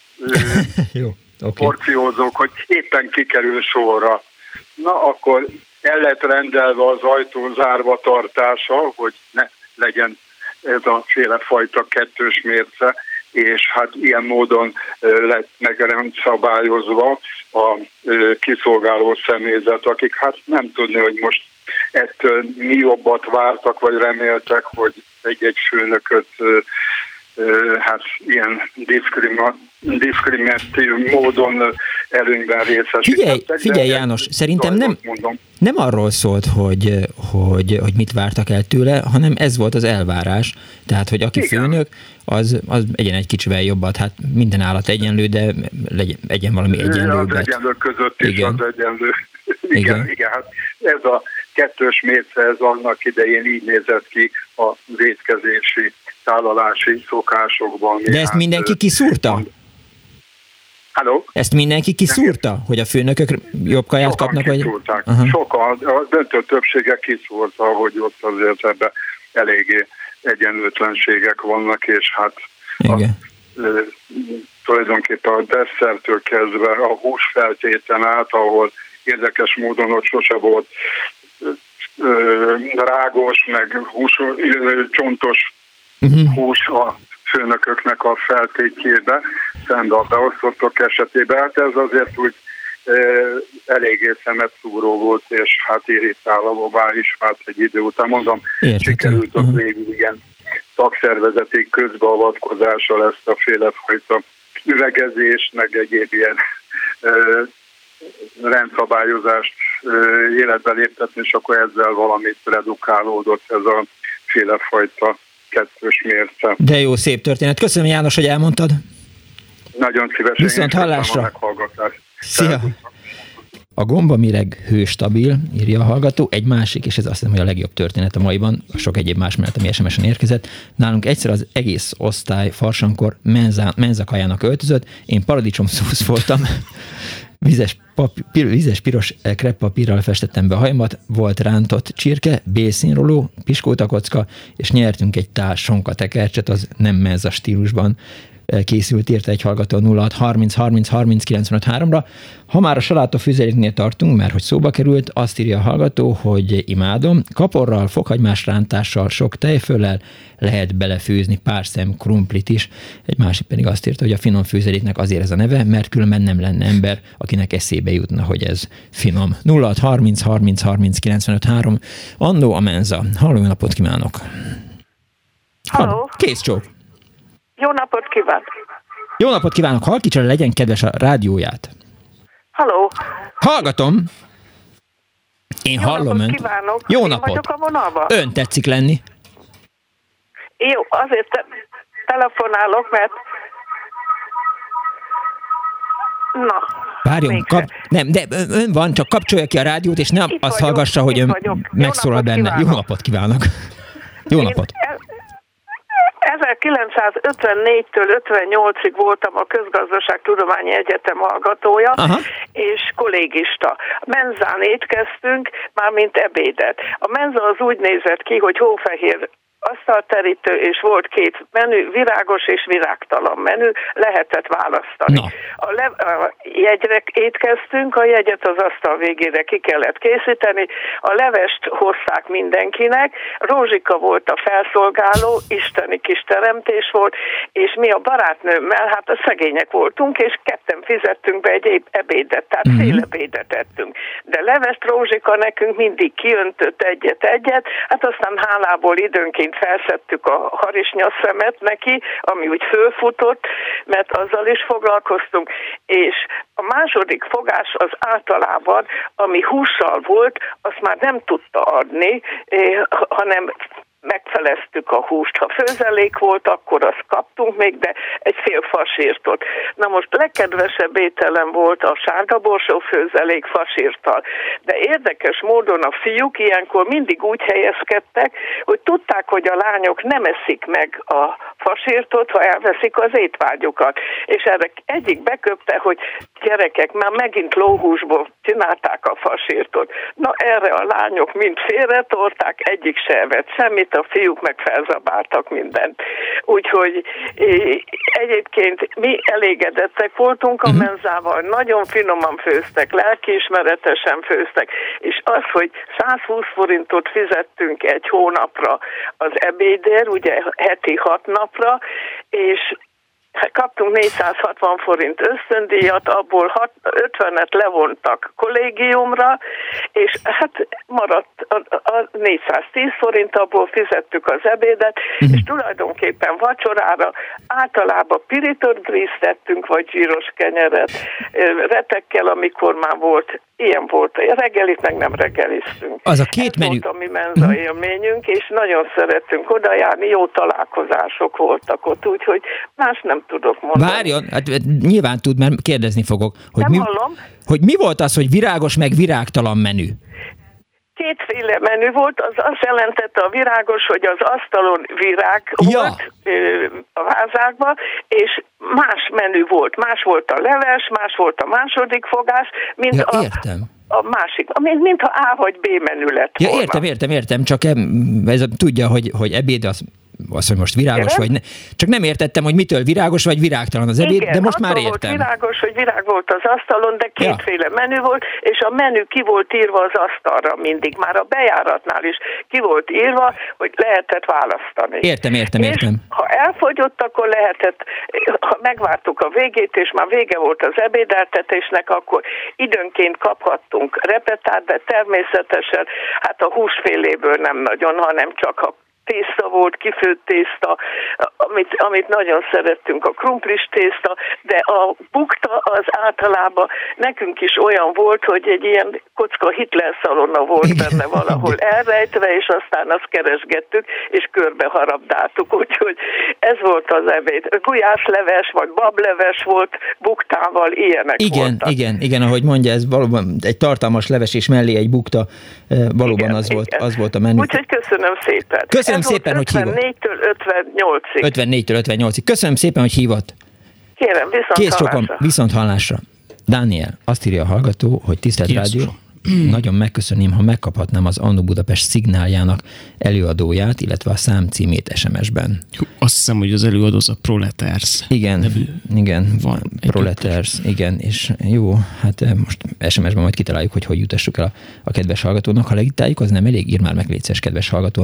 porciózók, hogy éppen kikerül sorra. Na, akkor el lett rendelve az ajtó zárva tartása, hogy ne legyen ez a félefajta kettős mérce, és hát ilyen módon lett megrendszabályozva a kiszolgáló személyzet, akik hát nem tudni, hogy most ettől mi jobbat vártak, vagy reméltek, hogy egy-egy főnököt hát ilyen diszkriminatív módon előnyben részesített. Figyelj János, szerintem nem arról szólt, hogy mit vártak el tőle, hanem ez volt az elvárás. Tehát, hogy aki főnök, az egyen egy kicsivel jobbat. Hát minden állat egyenlő, de egyen valami egyenlőbbet. Az egyenlő között is az egyenlő. Igen, hát ez a kettős mérce, ez annak idején így nézett ki a vétkezési, tálalási szokásokban. De ezt mindenki kiszúrta? Halló? Ezt mindenki kiszúrta, hogy a főnökök jobb kaját kapnak? Kiszúrták. Sokan, a döntő többsége kiszúrta, hogy ott azért ebben eléggé egyenlőtlenségek vannak, és hát tulajdonképpen a desszertől kezdve a húsfeltéten át, ahol érdekes módon ott sose volt rágos, meg csontos hús a főnököknek a feltétjébe, szemben a beosztottok esetében. Hát ez azért úgy eléggé szemetszúró volt, és hát irritálóvá is vált egy idő után. Mondom, sikerült az végül ilyen szakszervezeti közbeavatkozással ezt a félefajta üvegezést, meg egyéb ilyen rendszabályozást életbe léptetni, és akkor ezzel valamit redukálódott ez a félefajta kettős mérce. De jó, szép történet. Köszönöm, János, hogy elmondtad. Nagyon szívesen. Viszont hallásra. Szia! A gombamireg hőstabil, írja a hallgató. Egy másik, és ez azt hiszem, hogy a legjobb történet a maiban, a sok egyéb más mellett, ami SMS-en érkezett. Nálunk egyszer az egész osztály farsankor menzakajának öltözött, én paradicsomszósz voltam, vizes piros kreppapírral festettem be a hajamat, volt rántott csirke, B-színroló, piskótakocka, és nyertünk egy tál sonkatekercset, az nem menza stílusban készült, írta egy hallgató 06 30 30 30 95 3-ra. Ha már a saláta-fűzeléknél tartunk, mert hogy szóba került, azt írja a hallgató, hogy imádom, kaporral, fokhagymás rántással, sok tejföllel lehet belefőzni pár szem krumplit is. Egy másik pedig azt írta, hogy a finom fűzeléknek azért ez a neve, mert különben nem lenne ember, akinek eszébe jutna, hogy ez finom. 06 30 30 30 95 3. Annó a menza. Halló, jó napot kívánok! Halló! Kész csók! Jó napot kívánok! Jó napot kívánok! Halkítsa, legyen kedves a rádióját. Halló! Hallgatom! Én hallom önt. Kívánok. Jó Én napot! vagyok a vonalban? Ön tetszik lenni. Jó, azért telefonálok, mert na. Várjon, nem, de ön van, csak kapcsolja ki a rádiót, és nem azt hallgassa, hogy ön megszólal benne. Kívánok. Jó napot kívánok! Jó napot! 1954-től 58-ig voltam a Közgazdaságtudományi Egyetem hallgatója, és kollégista. Menzán étkeztünk, mármint ebédet. A menza az úgy nézett ki, hogy hófehér asztalterítő, és volt két menü, virágos és virágtalan menü, lehetett választani. A jegyre étkeztünk, a jegyet az asztal végére ki kellett készíteni, a levest hozták mindenkinek, Rózsika volt a felszolgáló, isteni kis teremtés volt, és mi a barátnőmmel, hát a szegények voltunk, és ketten fizettünk be egy ebédet, tehát fél ebédet ettünk. De levest Rózsika nekünk mindig kiöntött egyet-egyet, hát aztán hálából időnként felszedtük a harisnyaszemet neki, ami úgy fölfutott, mert azzal is foglalkoztunk, és a második fogás az általában, ami hússal volt, azt már nem tudta adni, hanem megfeleztük a húst. Ha főzelék volt, akkor azt kaptunk még, de egy fél fasírtot. Na most legkedvesebb ételem volt a sárgaborsó főzelék fasírttal. De érdekes módon a fiúk ilyenkor mindig úgy helyezkedtek, hogy tudták, hogy a lányok nem eszik meg a fasírtot, ha elveszik az étvágyokat. És erre egyik beköpte, hogy gyerekek, már megint lóhúsból csinálták a fasírtot. Na erre a lányok mind félretolták, egyik se evett semmit, a fiúk meg felzabáltak mindent. Úgyhogy egyébként mi elégedettek voltunk a menzával, nagyon finoman főztek, lelkiismeretesen főztek, és az, hogy 120 forintot fizettünk egy hónapra az ebédért, ugye heti 6 napra, és kaptunk 460 forint ösztöndíjat, abból 50-et levontak kollégiumra, és hát maradt a 410 forint, abból fizettük az ebédet, és tulajdonképpen vacsorára általában pirított rízt tettünk, vagy zsíros kenyeret, retekkel, amikor már volt. Ilyen volt. A reggelit meg nem reggeliztünk. Az a két menü. Ez volt a mi menza élményünk, és nagyon szerettünk oda járni, jó találkozások voltak ott, úgyhogy más nem tudok mondani. Várjon, hát nyilván tud, mert kérdezni fogok. Hogy mi volt az, hogy virágos meg virágtalan menü? Kétféle menü volt, az azt jelentette a virágos, hogy az asztalon virág volt a vázákban, és más menü volt. Más volt a leves, más volt a második fogás, mint a másik, mintha A vagy B menü lett volna. Értem, csak tudja, hogy ebéd az hogy most virágos vagy ne. Csak nem értettem, hogy mitől virágos vagy virágtalan az ebéd, de most már értem. Volt virágos, hogy virág volt az asztalon, de kétféle menü volt, és a menü ki volt írva az asztalra mindig. Már a bejáratnál is ki volt írva, hogy lehetett választani. Értem. És ha elfogyott, akkor lehetett, ha megvártuk a végét, és már vége volt az ebédeltetésnek, akkor időnként kaphattunk repetárt, de természetesen hát a húsféléből nem nagyon, hanem csak a tészta volt, kifőtt tészta, amit nagyon szerettünk, a krumplis tészta, de a bukta az általában nekünk is olyan volt, hogy egy ilyen kocka Hitler szalonna volt benne valahol elrejtve, és aztán azt keresgettük, és körbe harabdáltuk, úgyhogy ez volt az ebéd. Gulyásleves, vagy bableves volt buktával, ilyenek voltak. Igen, ahogy mondja, ez valóban egy tartalmas leves, és mellé egy bukta, valóban az volt a menü. Úgyhogy köszönöm szépen. Köszönöm szépen, hogy hívott. 54-től 58-ig. 54-től 58-ig. Köszönöm szépen, hogy hívott. Kérem, viszont hallásra. Dániel, azt írja a hallgató, hogy tisztelt rádió, nagyon megköszönném, ha megkaphatnám az Anno Budapest szignáljának előadóját, illetve a számcímét SMS-ben. Azt hiszem, hogy az előadó az a Proleters. Igen, van Proleters, igen, és jó, hát most SMS-ben majd kitaláljuk, hogy jutassuk el a kedves hallgatónak. Ha legitáljuk, az nem elég, ír már meg létszes, kedves hallgató,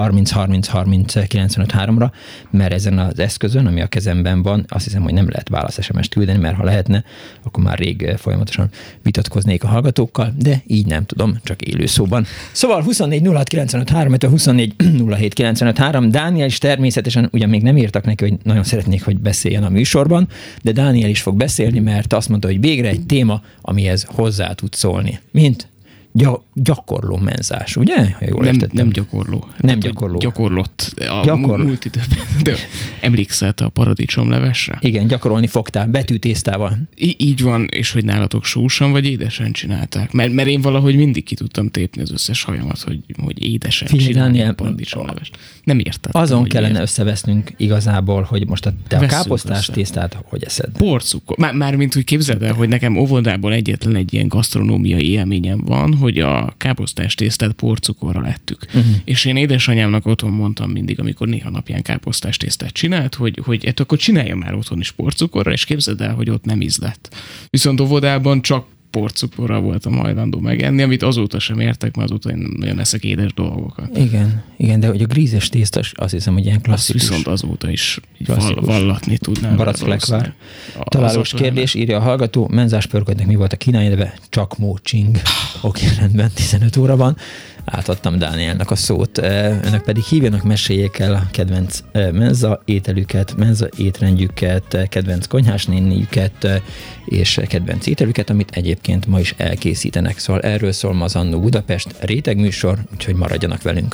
0630303095-3-ra, mert ezen az eszközön, ami a kezemben van, azt hiszem, hogy nem lehet válasz SMS-t küldeni, mert ha lehetne, akkor már rég folyamatosan vitatkoznék a hallgatókkal, de így nem tudom, csak élő szóban. Szóval 24 06 95 3, 24 07 95 3. Dániel is természetesen ugyan még nem írtak neki, hogy nagyon szeretnék, hogy beszéljen a műsorban, de Dániel is fog beszélni, mert azt mondta, hogy végre egy téma, amihez hozzá tud szólni. Mint gyakorló menzás, ugye? Ha jól értettem. Nem gyakorló. Nem gyakorló. Gyakorlott. Múlt időben. De emlékszel a paradicsomlevesre? Igen, gyakorolni fogtál, betűtésztával. Így van, és hogy nálatok sósan vagy édesen csinálták. Mert én valahogy mindig ki tudtam tépni az összes hajamat, hogy édesen csinálni a paradicsomlevest. Nem érted. Azon kellene összevesznünk igazából, hogy most te a káposztás tésztát hogy eszed? Porcukor. Mármint úgy képzeld el, hogy nekem óvodában egyetlen egy ilyen gasztronómiai élményem van, hogy a káposztás tésztát porcukorral ettük. És én édesanyámnak otthon mondtam mindig, amikor néha napján káposztás tésztát csinált, hogy akkor csinálja már otthon is porcukorral, és képzeld el, hogy ott nem ízlett. Viszont óvodában csak porcukorral voltam hajlandó megenni, amit azóta sem értek, mert azóta én nagyon eszek édes dolgokat. Igen, de hogy a grízes tésztas, azt hiszem, hogy ilyen klasszikus. Azt viszont azóta is vallatni tudnám. Barack-lekvár. Találós kérdés, írja a hallgató, menzás pörködnek mi volt a kínai neve? Csak mócsing. Oké, rendben, 15 óra van. Átadtam Dánielnek a szót. Önök pedig hívjanak, meséljék el a kedvenc menza ételüket, menza étrendjüket, kedvenc konyhásnéniüket és kedvenc ételüket, amit egyébként ma is elkészítenek. Szóval erről szól ma az Anno Budapest rétegműsor, úgyhogy maradjanak velünk.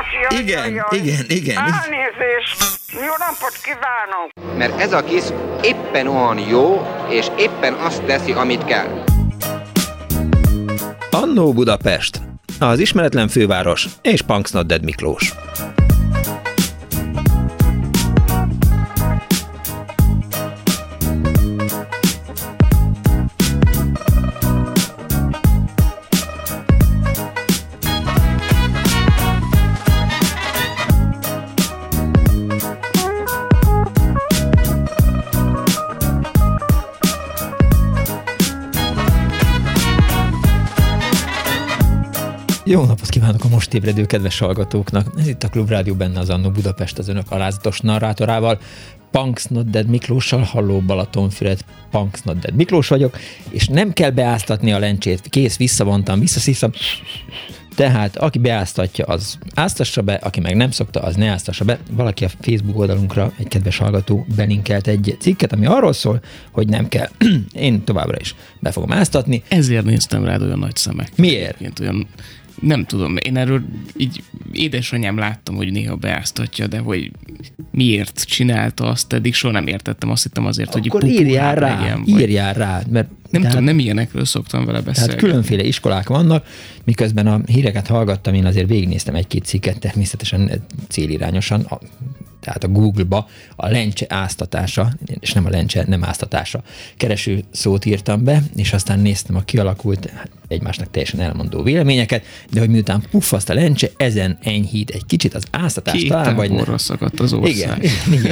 valaki. Igen. Elnézést. Jó napot kívánok. Mert ez a kis éppen olyan jó, és éppen azt teszi, amit kell. Annó Budapest, az ismeretlen főváros és Punks Not Dead Miklós. Jó napot kívánok a most ébredő kedves hallgatóknak! Ez itt a Klubrádió, benne az Annó Budapest az önök alázatos narrátorával, Punks Not Dead Miklóssal. Halló Balatonfüred, Punks Not Dead Miklós vagyok, és nem kell beáztatni a lencsét. Kész, visszavontam, visszaszívtam. Tehát aki beáztatja, az áztassa be, aki meg nem szokta, az ne áztassa be. Valaki a Facebook oldalunkra, egy kedves hallgató belinkelt egy cikket, ami arról szól, hogy nem kell. Én továbbra is be fogom áztatni. Ezért néztem rád olyan nagy szemek. Miért? Olyan, nem tudom, én erről így édesanyám láttam, hogy néha beáztatja, de hogy miért csinálta azt, eddig soha nem értettem, azt hittem azért, hogy akkor írjál rá, mert nem tudom, nem ilyenekről szoktam vele beszélni. Tehát különféle iskolák vannak, miközben a híreket hallgattam, én azért végignéztem egy-két cikket, természetesen célirányosan, tehát a Google-ba a lencse áztatása, és nem a lencse nem áztatása kereső szót írtam be, és aztán néztem a kialakult, egymásnak teljesen elmondó véleményeket, de hogy miután puffaszt a lencse, ezen enyhít egy kicsit az áztatás talán, vagy nem. Szakadt az ország.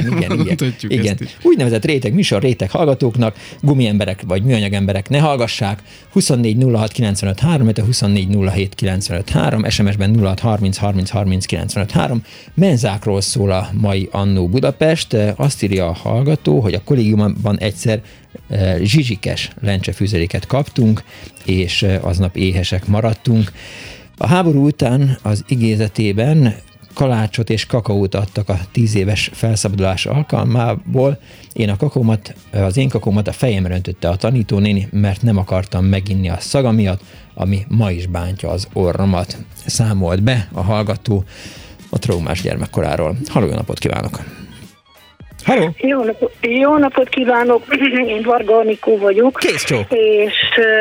Igen. Úgynevezett réteg műsor, réteg hallgatóknak, gumiemberek vagy műanyag emberek ne hallgassák. 24 06 95 3, 24 07 95 3, SMS-ben 06 30 30 30 95 3. Menzákról szól a mai Annó Budapest. Azt írja a hallgató, hogy a kollégiumban egyszer zsizsikes lencsefűzeléket kaptunk, és aznap éhesek maradtunk. A háború után az igézetében kalácsot és kakaót adtak a 10 éves felszabadulás alkalmából. Az én kakómat a fejemre öntötte a tanítónéni, mert nem akartam meginni a szaga miatt, ami ma is bántja az orromat. Számolt be a hallgató a traumás gyermekkoráról. Halló, jó napot kívánok! Halló! Jó napot kívánok! Én Varga Anikó vagyok. Kész csók! És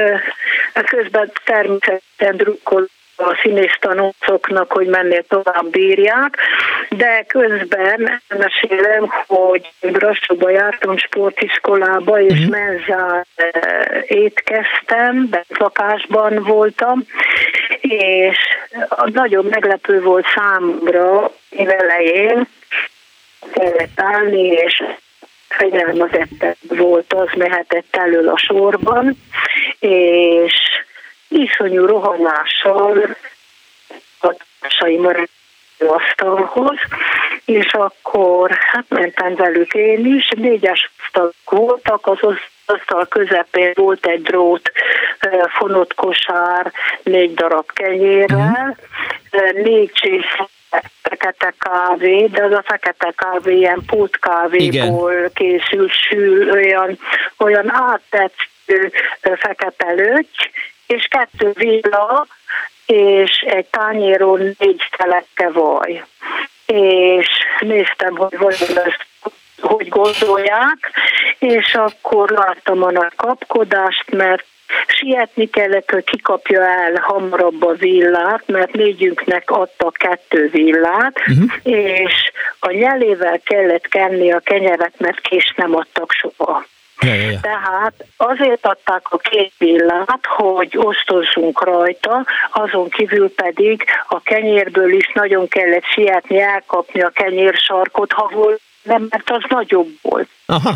közben természetesen drukkolok a színésztanócoknak, hogy mennél tovább bírják, de közben mesélem, hogy Brassóba jártam sportiskolába, és menzán étkeztem, lakásban voltam, és nagyon meglepő volt számomra elején, kellett állni, és fegyelmezettebb volt, az mehetett elől a sorban, és iszonyú rohanással a társaim a asztalhoz, és akkor mentem velük én is, 4-es asztalok voltak, az asztal közepén volt egy drót fonott kosár, 4 darab kenyérrel, 4 csésze fekete kávé, de az a fekete kávé ilyen pótkávéból készült, sül, olyan áttetsző fekete löty, és 2 villa, és egy tányéron 4 szeletke vaj. És néztem, hogy hogy gondolják, és akkor láttam a nagy kapkodást, mert sietni kellett, hogy kikapja el hamarabb a villát, mert 4-ünknek adtak 2 villát, és a nyelével kellett kenni a kenyeret, mert kést nem adtak soha. Ja. Tehát azért adták a 2 villát, hogy osztozzunk rajta, azon kívül pedig a kenyérből is nagyon kellett sietni, elkapni a kenyérsarkot, ha volt, nem, mert az nagyobb volt. Aha.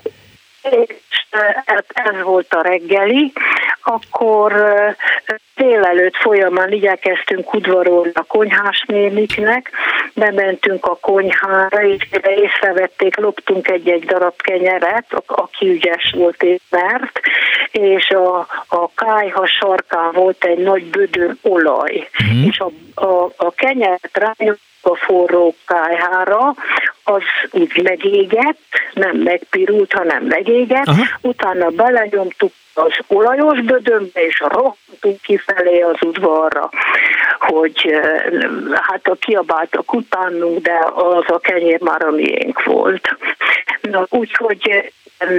És ez volt a reggeli, akkor délelőtt folyamán igyekeztünk udvarolni a konyhásnéniknek, bementünk a konyhára, és észrevették, loptunk egy egy darab kenyeret, aki ügyes volt mert, és a kályha sarkán volt egy nagy bödön olaj, és a kenyeret rányomtuk a forró kályhára, az úgy megégett, nem megpirult, hanem megégett. Aha. Utána belenyomtuk az olajos bödönbe, és rohantunk kifelé az udvarra, hogy hát kiabáltak utánunk, de az a kenyér már a miénk volt. Na, úgyhogy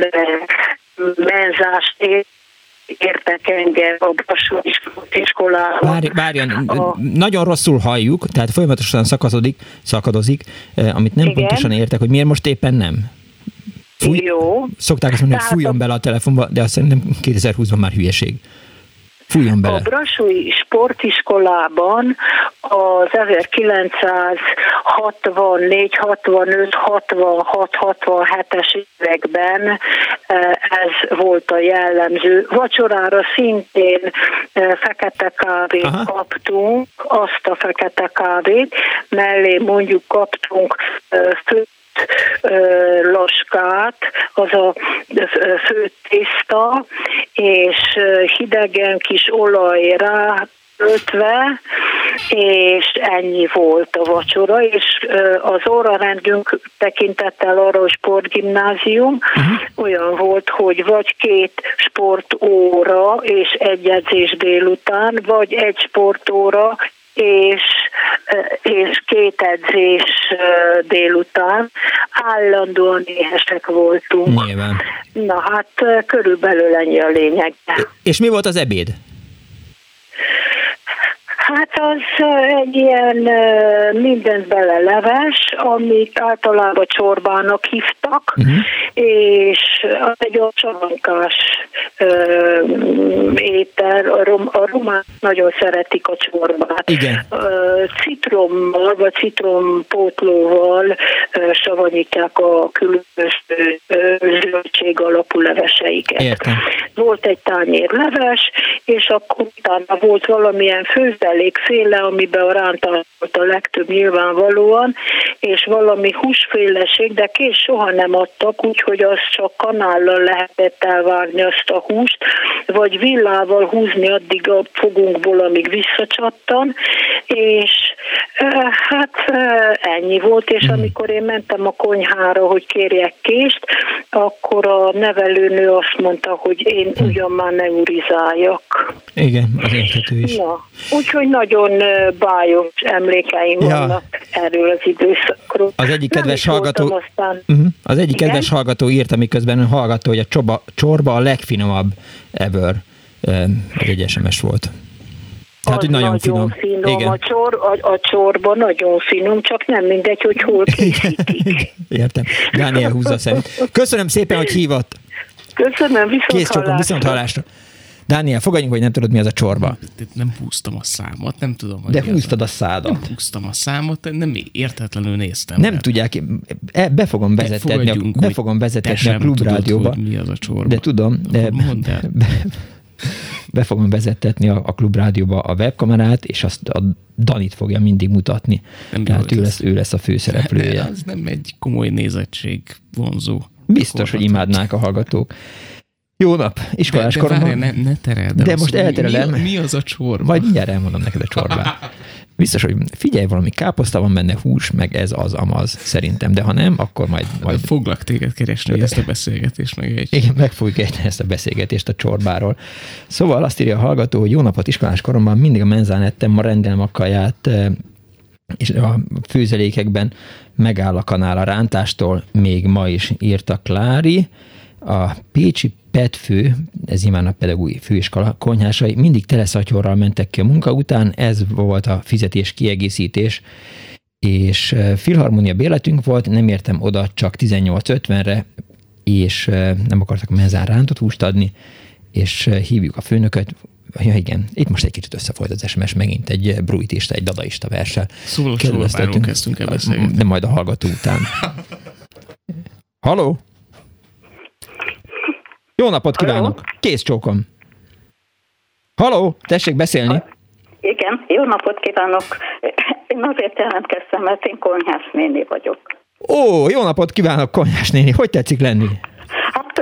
menzást értek engem a Brassói Sportiskolában. Várjon, nagyon rosszul halljuk, tehát folyamatosan szakadozik, amit nem igen. Pontosan értek, hogy miért most éppen nem. Jó. Szokták azt mondani, hogy fújjon bele a telefonba, de azt szerintem 2020-ban már hülyeség. Fújjon bele. A Brassói Sportiskolában az 1964, 65, 66, 67-es években ez volt a jellemző. Vacsorára szintén fekete kávét kaptunk, azt a fekete kávét, mellé mondjuk kaptunk laskát, az a főtt tészta, és hidegen kis olaj rá ötve, és ennyi volt a vacsora, és az órarendünk tekintettel arra, hogy sportgimnázium olyan volt, hogy vagy 2 sportóra és egy edzés délután, vagy egy sportóra és 2 edzés délután. Állandóan éhesek voltunk. Nyilván. Na hát körülbelül ennyi a lényeg. És mi volt az ebéd? Hát az egy ilyen mindent bele leves, amit általában csorbának hívtak, és az egy olyan csavankás étel. A romák nagyon szeretik a csorbát. Igen. Citrommal vagy citrompótlóval savanyítják a különböző zöldség alapú leveseiket. Értem. Volt egy tányér leves, és akkor utána volt valamilyen főzelékféle, amiben a rántás volt a legtöbb nyilvánvalóan, és valami húsféleség, de kés soha nem adtak, úgyhogy azt csak kanállal lehetett elvárni azt a húst, vagy villával húzni addig a fogunkból, amíg visszacsattan, és hát ennyi volt, és amikor én mentem a konyhára, hogy kérjek kést, akkor a nevelőnő azt mondta, hogy én ugyan már ne urizáljak. Igen, az érthető is. Na, úgyhogy nagyon bájos emlékeim vannak erről az időszakról. Az egyik kedves hallgató, az egyik kedves hallgató írta, miközben hallgatta, hogy a csorba a legfinomabb ever. Ez egy SMS volt. Tehát, hogy nagyon finom. Igen. A csorba nagyon finom, csak nem mindegy, hogy hol készítik. Értem. Dániel húzza szerint. Köszönöm szépen, hogy hívott. Köszönöm, viszont hallásra. Dániel, fogadjunk, hogy nem tudod, mi az a csorba. Nem húztam a számat, nem tudom. De húztad a szádat. Nem húztam a számot, nem értetlenül néztem. Nem tudják, be fogom vezetetni a Klubrádióba. Mi az a csorba. De tudom, be fogom vezettetni a Klubrádióba a webkamerát, és azt a Danit fogja mindig mutatni. Tehát ő lesz a főszereplője. Ez nem egy komoly nézettség vonzó. Biztos, hogy imádnák a hallgatók. Jó nap, iskolás koromban. Ne tereld. De most elterelem. Mi az a csorba? Majd mindjárt elmondom neked a csorbát. Biztos, hogy figyelj, valami káposzta van benne, hús, meg ez az amaz, szerintem. De ha nem, akkor majd... Foglak téged keresni, hogy ezt a beszélgetést megejtsd. Igen, meg fogjuk ejteni ezt a beszélgetést a csorbáról. Szóval azt írja a hallgató, hogy jó napot, iskolás koromban mindig a menzán ettem, ma rendelem a kaját, és a főzelékekben megáll a kanál a rántástól, még ma is írta Klári. A pécsi Petfő, ez nyilván a pedagógiai főiskola konyhásai, mindig teleszatyorral mentek ki a munka után, ez volt a fizetés kiegészítés, és filharmonia bérletünk volt, nem értem oda csak 18.50-re, és nem akartak menzán rántott húst adni, és hívjuk a főnököt. Ja, igen, itt most egy kicsit összefolyt az SMS, megint egy bruitista, egy dadaista verssel. Szóval csorbáról kezdtünk el beszélgetni. De majd a hallgató után. Halló? Jó napot kívánok! Kész csókom! Halló, tessék beszélni! Igen, jó napot kívánok! Én azért jelentkeztem, mert én konyhás néni vagyok. Ó, jó napot kívánok, konyhás néni! Hogy tetszik lenni? Hát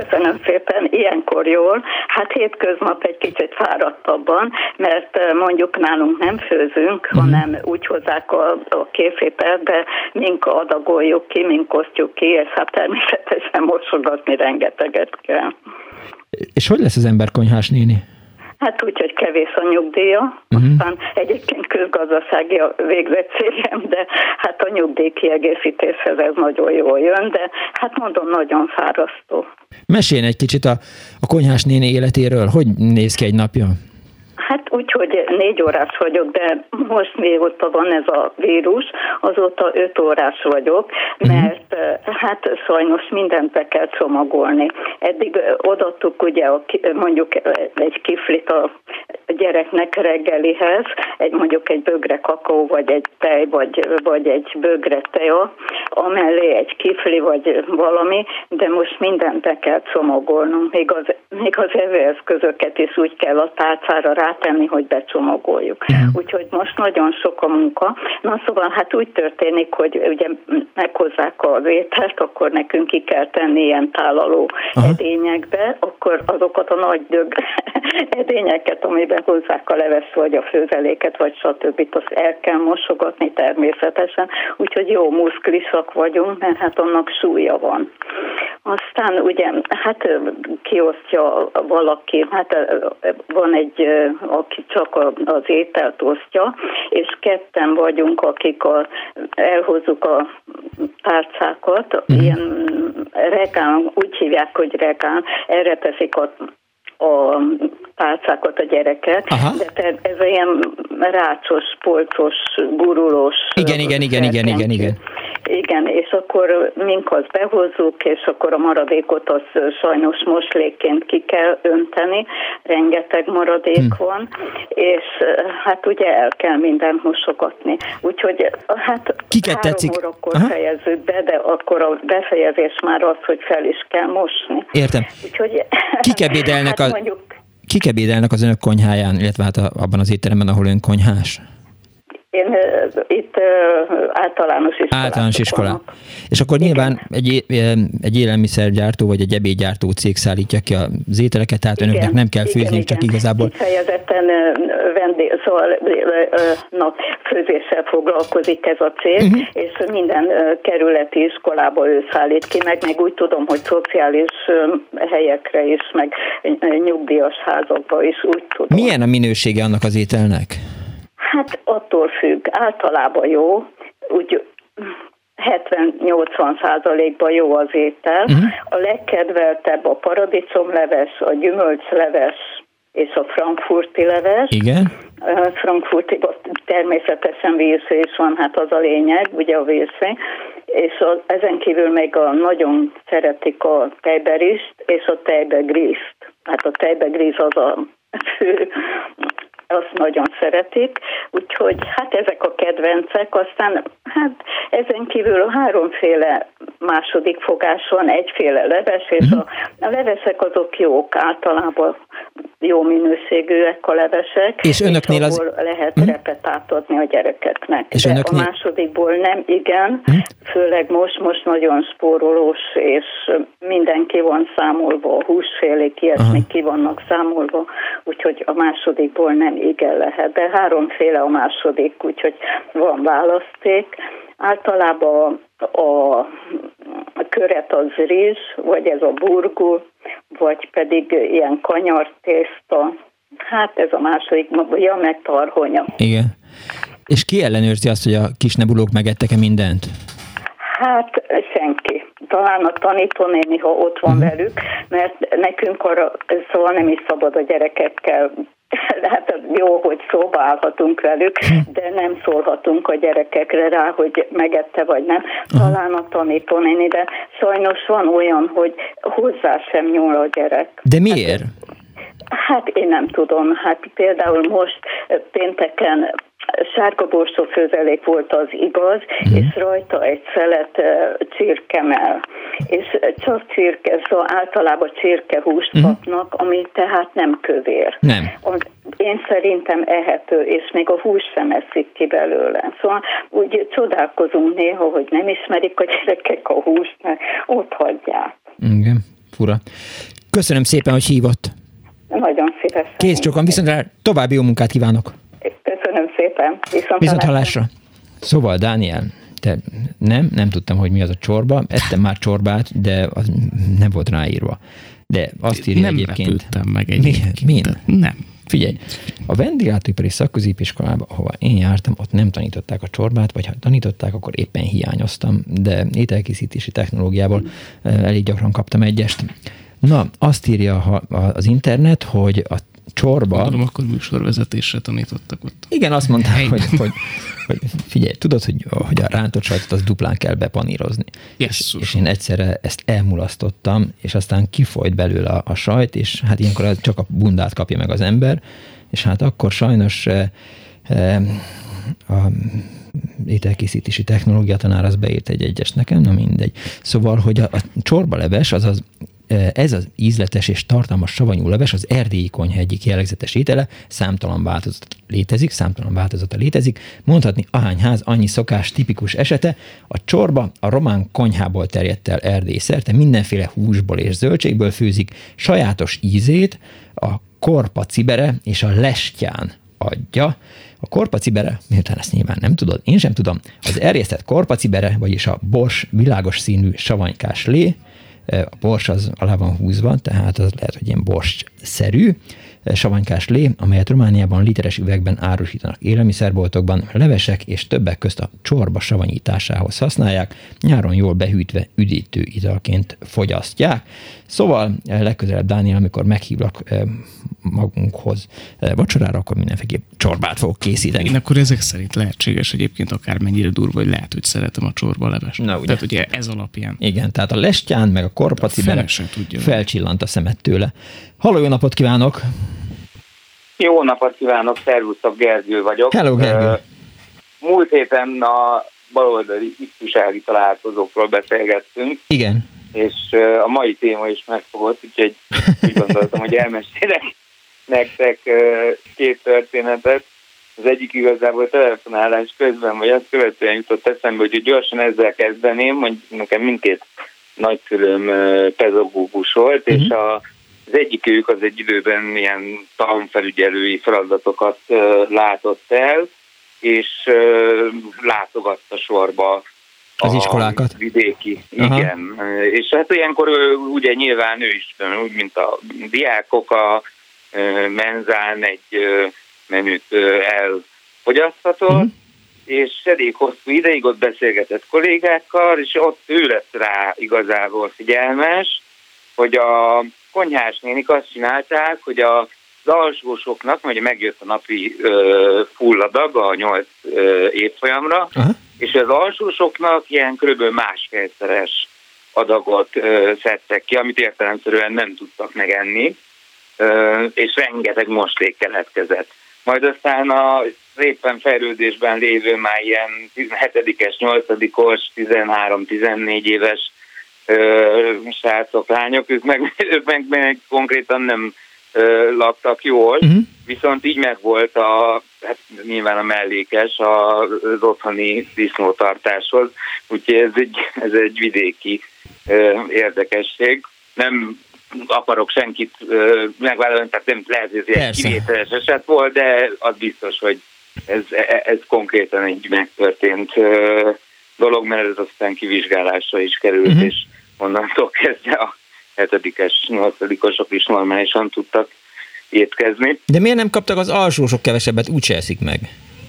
Köszönöm szépen, ilyenkor jól. Hát hétköznap egy kicsit fáradtabban, mert mondjuk nálunk nem főzünk, hanem úgy hozzák a készételt, de mink adagoljuk ki, mink osztjuk ki, és hát természetesen mosogatni rengeteget kell. És hogy lesz az ember konyhás néni? Hát úgy, hogy kevés a nyugdíja, aztán egyébként közgazdasági a végzettségem, de hát a nyugdíjkiegészítéshez ez nagyon jól jön, de hát mondom, nagyon fárasztó. Mesélj egy kicsit a konyhás néni életéről, hogy néz ki egy napja? Hát úgy, hogy 4 órás vagyok, de most mióta van ez a vírus, azóta 5 órás vagyok, mert hát sajnos mindent be kell csomagolni. Eddig odaadtuk ugye mondjuk egy kiflit a gyereknek reggelihez, mondjuk egy bögre kakaó, vagy egy tej, vagy egy bögre tea, amellé egy kifli, vagy valami, de most mindent be kell csomagolnunk. Még az evőeszközöket is úgy kell a tálcára rátenni, hogy becsomagoljuk. Úgyhogy most nagyon sok a munka. Na szóval hát úgy történik, hogy ugye meghozzák az ételt, akkor nekünk ki kell tenni ilyen tálaló edényekbe, akkor azokat a nagy dög edényeket, amiben hozzák a leves, vagy a főzeléket, vagy stb. Azt el kell mosogatni természetesen, úgyhogy jó muszklisak vagyunk, mert hát annak súlya van. Aztán ugye, hát kiosztja valaki, hát van egy, aki csak az ételt osztja, és 2 vagyunk, akik elhozzuk a tárcákat, ilyen regán, úgy hívják, hogy regán, erre teszik a tálcákat a gyerekek, de ez ilyen rácsos, polcos, gurulós. Igen. Igen, és akkor mink azt behozzuk, és akkor a maradékot az sajnos moslékként ki kell önteni, rengeteg maradék van, és hát ugye el kell mindent mosogatni. Úgyhogy hát 3 órakor fejezzük be, de akkor a befejezés már az, hogy fel is kell mosni. Értem. Úgyhogy kik ebédelnek az önök konyháján, illetve hát abban az étteremben, ahol ön konyhás? Én itt általános iskola. És akkor nyilván egy élelmiszergyártó vagy egy ebédgyártó cég szállítja ki az ételeket, tehát önöknek nem kell főzni, csak igazából... Itt fejezetten főzéssel foglalkozik ez a cég, és minden kerületi iskolába ő szállít ki, meg úgy tudom, hogy szociális helyekre is, meg nyugdíjas házakba is, úgy tudom. Milyen a minősége annak az ételnek? Hát attól függ, általában jó, úgy 70-80%-ban jó az étel. A legkedveltebb a paradicsomleves, a gyümölcsleves és a frankfurti leves. Igen. Frankfurtiban természetesen vésző is van, hát az a lényeg, ugye a vésző. És ezen kívül még nagyon szeretik a tejberist és a tejbegrízt. Hát a tejbegríz az a fő, azt nagyon szeretik, úgyhogy hát ezek a kedvencek, aztán hát ezen kívül 3 második fogás van, 1 leves, és a levesek azok jók, általában jó minőségűek a levesek, és önöknél lehet repet átadni a gyerekeknek. És de a másodikból nem igen, főleg most nagyon spórolós, és mindenki van számolva, a húsfélék, ilyesmik ki vannak számolva, úgyhogy a másodikból nem igen lehet, de 3 a második, úgyhogy van választék. Általában a köret az rizs, vagy ez a burgul, vagy pedig ilyen kanyartészta. Hát ez a második, meg tarhonya. Igen. És ki ellenőrzi azt, hogy a kis nebulók megettek-e mindent? Hát senki. Talán a tanítónéni, ha ott van velük, mert nekünk arra, szóval nem is szabad a gyerekekkel, hát jó, hogy szóba állhatunk velük, de nem szólhatunk a gyerekekre rá, hogy megette vagy nem. Talán a tanítónéni, de sajnos van olyan, hogy hozzá sem nyúl a gyerek. De miért? Hát én nem tudom. Hát például most pénteken sárga borsó főzelék volt, az igaz, és rajta egy szelet csirkemell. És csak csirke, szóval általában csirkehúst kapnak, ami tehát nem kövér. Nem. Én szerintem ehető, és még a hús sem eszik ki belőle. Szóval úgy csodálkozunk néha, hogy nem ismerik a gyerekek a húst, mert ott hagyják. Igen. fura. Köszönöm szépen, hogy hívott. Nagyon szívesen. Kész csókan, viszont további jó munkát kívánok. Köszönöm szépen. Viszont hallásra. Szóval, Dániel, te nem tudtam, hogy mi az a csorba. Ettem már csorbát, de az nem volt ráírva. De azt írja nem egyébként. Nem lepődtem meg egyébként. Miért? Nem. Figyelj, a vendéglátóipari szakközépiskolában, ahova én jártam, ott nem tanították a csorbát, vagy ha tanították, akkor éppen hiányoztam, de ételkészítési technológiából elég gyakran kaptam egyest. Na, azt írja az internet, hogy a csorba... Gondolom, akkor műsorvezetésre tanítottak ott. Igen, azt mondták, hogy figyelj, tudod, hogy a rántott sajtot az duplán kell bepanírozni. És én egyszerre ezt elmulasztottam, és aztán kifolyt belőle a sajt, és hát ilyenkor csak a bundát kapja meg az ember, és hát akkor sajnos a ételkészítési technológia tanár az beírt egy egyest nekem, na mindegy. Szóval, hogy a csorbaleves, ez az ízletes és tartalmas savanyú leves az erdélyi konyha egyik jellegzetes étele, számtalan változata létezik, mondhatni ahány ház, annyi szokás tipikus esete. A csorba a román konyhából terjedt el Erdély szerte, mindenféle húsból és zöldségből főzik, sajátos ízét a korpa cibere és a lestyán adja. A korpa cibere, miután ezt nyilván nem tudod, én sem tudom, az erjesztett korpa cibere, vagyis a bors világos színű savanykás lé, a bors az alá van húzva, tehát az lehet, hogy ilyen borsszerű savanykás lé, amelyet Romániában literes üvegben árusítanak élelmiszerboltokban, levesek és többek közt a csorba savanyításához használják, nyáron jól behűtve üdítő italként fogyasztják. Szóval legközelebb, Dániel, amikor meghívlak magunkhoz vacsorára, akkor mindenféleképp csorbát fogok készíteni. Én akkor ezek szerint lehetséges egyébként akármennyire durva, hogy lehet, hogy szeretem a csorbalevest. Tehát ugye ez alapján. Igen, tehát a lestyán meg a korpa cibere felcsillant a szemed tőle. Halló, jó napot kívánok! Jó napot kívánok, szervusztok, Gergő vagyok. Hello, Gergő! Múlt héten a baloldali ifjúsági találkozókról beszélgettünk. Igen. És a mai téma is megfogott, úgyhogy úgy gondoltam, hogy elmesélek nektek két történetet. Az egyik igazából telefonálás közben, vagy azt követően jutott eszembe, hogy gyorsan ezzel kezdeném, hogy nekem mindkét nagyszülőm pedagógus volt, és az egyikük az egy időben ilyen tanfelügyelői feladatokat látott el, és látogatta sorba az iskolákat. Vidéki, igen. És hát ilyenkor ugye nyilván ő is, úgy mint a diákok a menzán egy menüt elfogyaszthatott, és elég hosszú ideig ott beszélgetett kollégákkal, és ott ő lett rá igazából figyelmes, hogy a konyhás nénik azt csinálták, hogy az alsósoknak, ugye megjött a napi fulladag a 8 évfolyamra, és az alsósoknak ilyen körülbelül másfélszeres adagot szedtek ki, amit értelemszerűen nem tudtak megenni, és rengeteg moslék keletkezett. Majd aztán az éppen fejlődésben lévő már ilyen 7-es, 8-os, 13-14 éves srácok, lányok, ők meg konkrétan nem laktak jól, viszont így meg volt hát nyilván a mellékes az otthoni disznótartáshoz, úgyhogy ez egy vidéki érdekesség. Nem akarok senkit megvállalni, tehát nem lehet, hogy ez egy kivételes eset volt, de az biztos, hogy ez konkrétan egy megtörtént dolog, mert ez aztán kivizsgálásra is került, és onnantól kezdve a 7-es, 8-osok is normálisan tudtak étkezni. De miért nem kaptak az alsósok kevesebbet, úgyse eszik meg?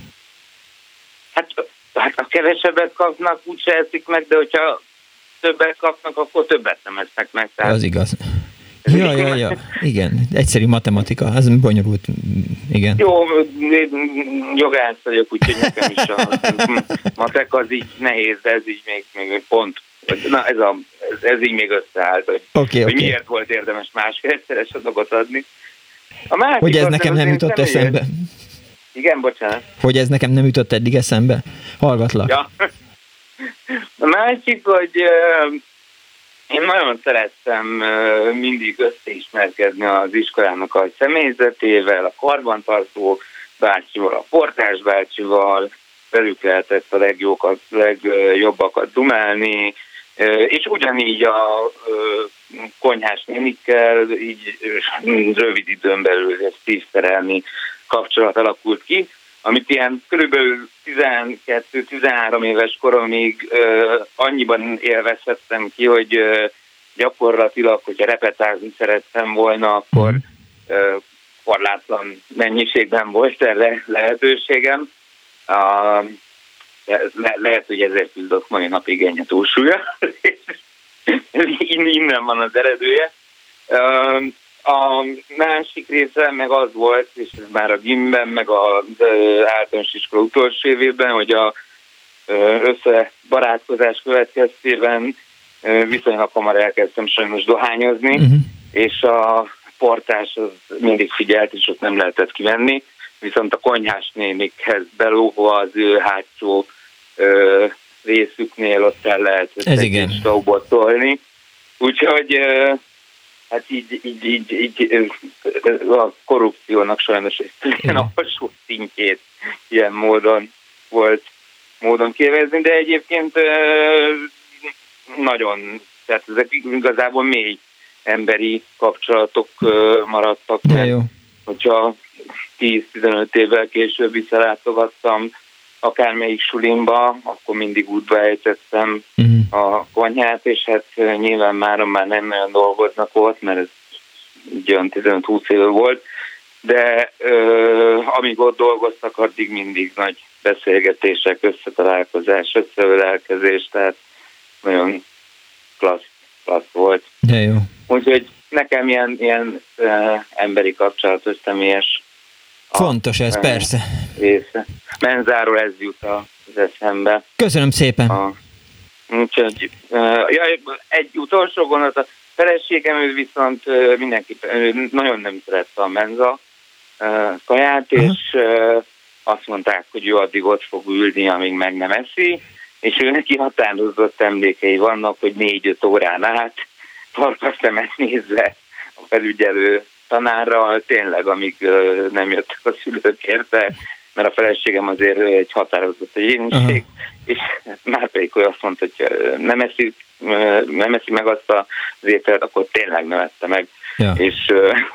Hát a kevesebbet kapnak, úgyse eszik meg, de hogyha többet kapnak, akkor többet nem esznek meg. Tehát... Az igaz. Ja. Igen, egyszerű matematika, az bonyolult, igen. Jó, jogász vagyok, úgyhogy nekem is a matek az így nehéz, de ez így még pont, na ez így még összeállt, hogy miért volt érdemes másfélszeres adagot adni. Hogy ez nekem nem jutott eszembe. Igen, bocsánat. Hogy ez nekem nem jutott eddig eszembe? Hallgatlak. Ja. A másik, hogy én nagyon szerettem mindig összeismerkedni az iskolának a személyzetével, a karbantartó bácsival, a portás bácsival, velük lehetett a legjobbakat dumálni, és ugyanígy a konyhás nénikkel így rövid időn belül ez 10 szerelmi kapcsolat alakult ki, amit ilyen körülbelül 12-13 éves koromig annyiban élvezhettem ki, hogy gyakorlatilag, hogyha repetázni szerettem volna, akkor korlátlan mennyiségben volt erre lehetőségem. Lehet, hogy ezért küzdök mai napig ennyi túlsúlya. Innen van az eredője. A másik része meg az volt, és ez már a gimben, meg az általános iskola utolsó évében, hogy a összebarátkozás következtében viszonylag hamar elkezdtem sajnos dohányozni, és a portás az mindig figyelt, és ott nem lehetett kivenni, viszont a konyhás nénikhez belógva az ő hátsó részüknél ott el lehetett egy staubbot tolni. Úgyhogy hát így a korrupciónak sajnos ilyen a hasonló szintjét ilyen módon volt kivezni, de egyébként nagyon, tehát ezek igazából mély emberi kapcsolatok maradtak, mert hogyha 10-15 évvel később visszalátogattam akármelyik sulimba, akkor mindig útba ejtettem a konyhát, és hát nyilván már nem nagyon dolgoznak ott, mert ez olyan 15-20 éve volt, de amíg ott dolgoztak, addig mindig nagy beszélgetések, összetalálkozás, összeölelkezés, tehát nagyon klassz volt. De jó. Úgyhogy nekem ilyen emberi kapcsolatos, személyes fontos ez, persze. Része. Menzáról ez jut az eszembe. Köszönöm szépen. Úgyhogy egy utolsó gondolat, a feleségem, ő viszont mindenképpen nagyon nem szerette a menza kaját, és azt mondták, hogy ő addig ott fog ülni, amíg meg nem eszi, és ő neki határozott emlékei vannak, hogy 4-5 órán át farkasztemet nézve a felügyelő tanárral, tényleg, amíg nem jöttek a szülők érte, mert a feleségem azért egy határozott egyéniség, és már pedig azt mondta, hogy nem eszi meg azt az ételt, akkor tényleg nem ette meg. Ja. És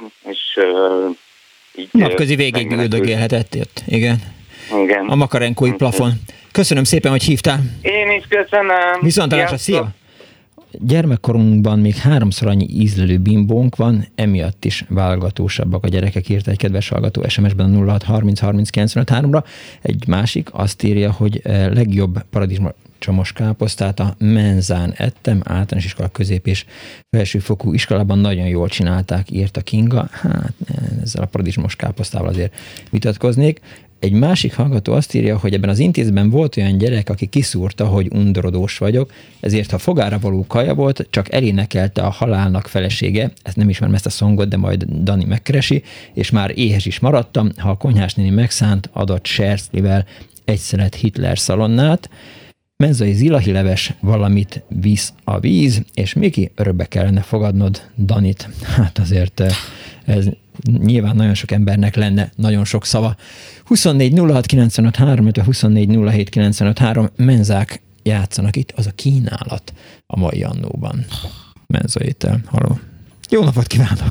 így napközi végig üldögélhetett ott, igen. A makarenkói plafon. Köszönöm szépen, hogy hívtál. Én is köszönöm. Viszontlátásra, szia! Gyermekkorunkban még 3-szor annyi ízlelő bimbónk van, emiatt is válogatósabbak a gyerekek, írta egy kedves hallgató SMS-ben a 06303095-3-ra. Egy másik azt írja, hogy legjobb paradicsomos káposztát a menzán ettem, általános iskola, közép- és felsőfokú iskolában nagyon jól csinálták, írta Kinga. Hát ezzel a paradicsomos káposztával azért vitatkoznék. Egy másik hallgató azt írja, hogy ebben az intézben volt olyan gyerek, aki kiszúrta, hogy undorodós vagyok, ezért ha fogára való kaja volt, csak elénekelte a halálnak felesége, ezt nem ismerem ezt a szongot, de majd Dani megkeresi, és már éhes is maradtam, ha a konyhás néni megszánt, adott serclivel egy szelet Hitler szalonnát, menzai zilahileves, valamit visz a víz, és Miki, örökbe kellene fogadnod Danit. Hát azért ez nyilván nagyon sok embernek lenne nagyon sok szava. 24 06 95 3, 24 07 95 3, menzák játszanak itt, az a kínálat a mai annóban. Menzaétel, halló. Jó napot kívánok!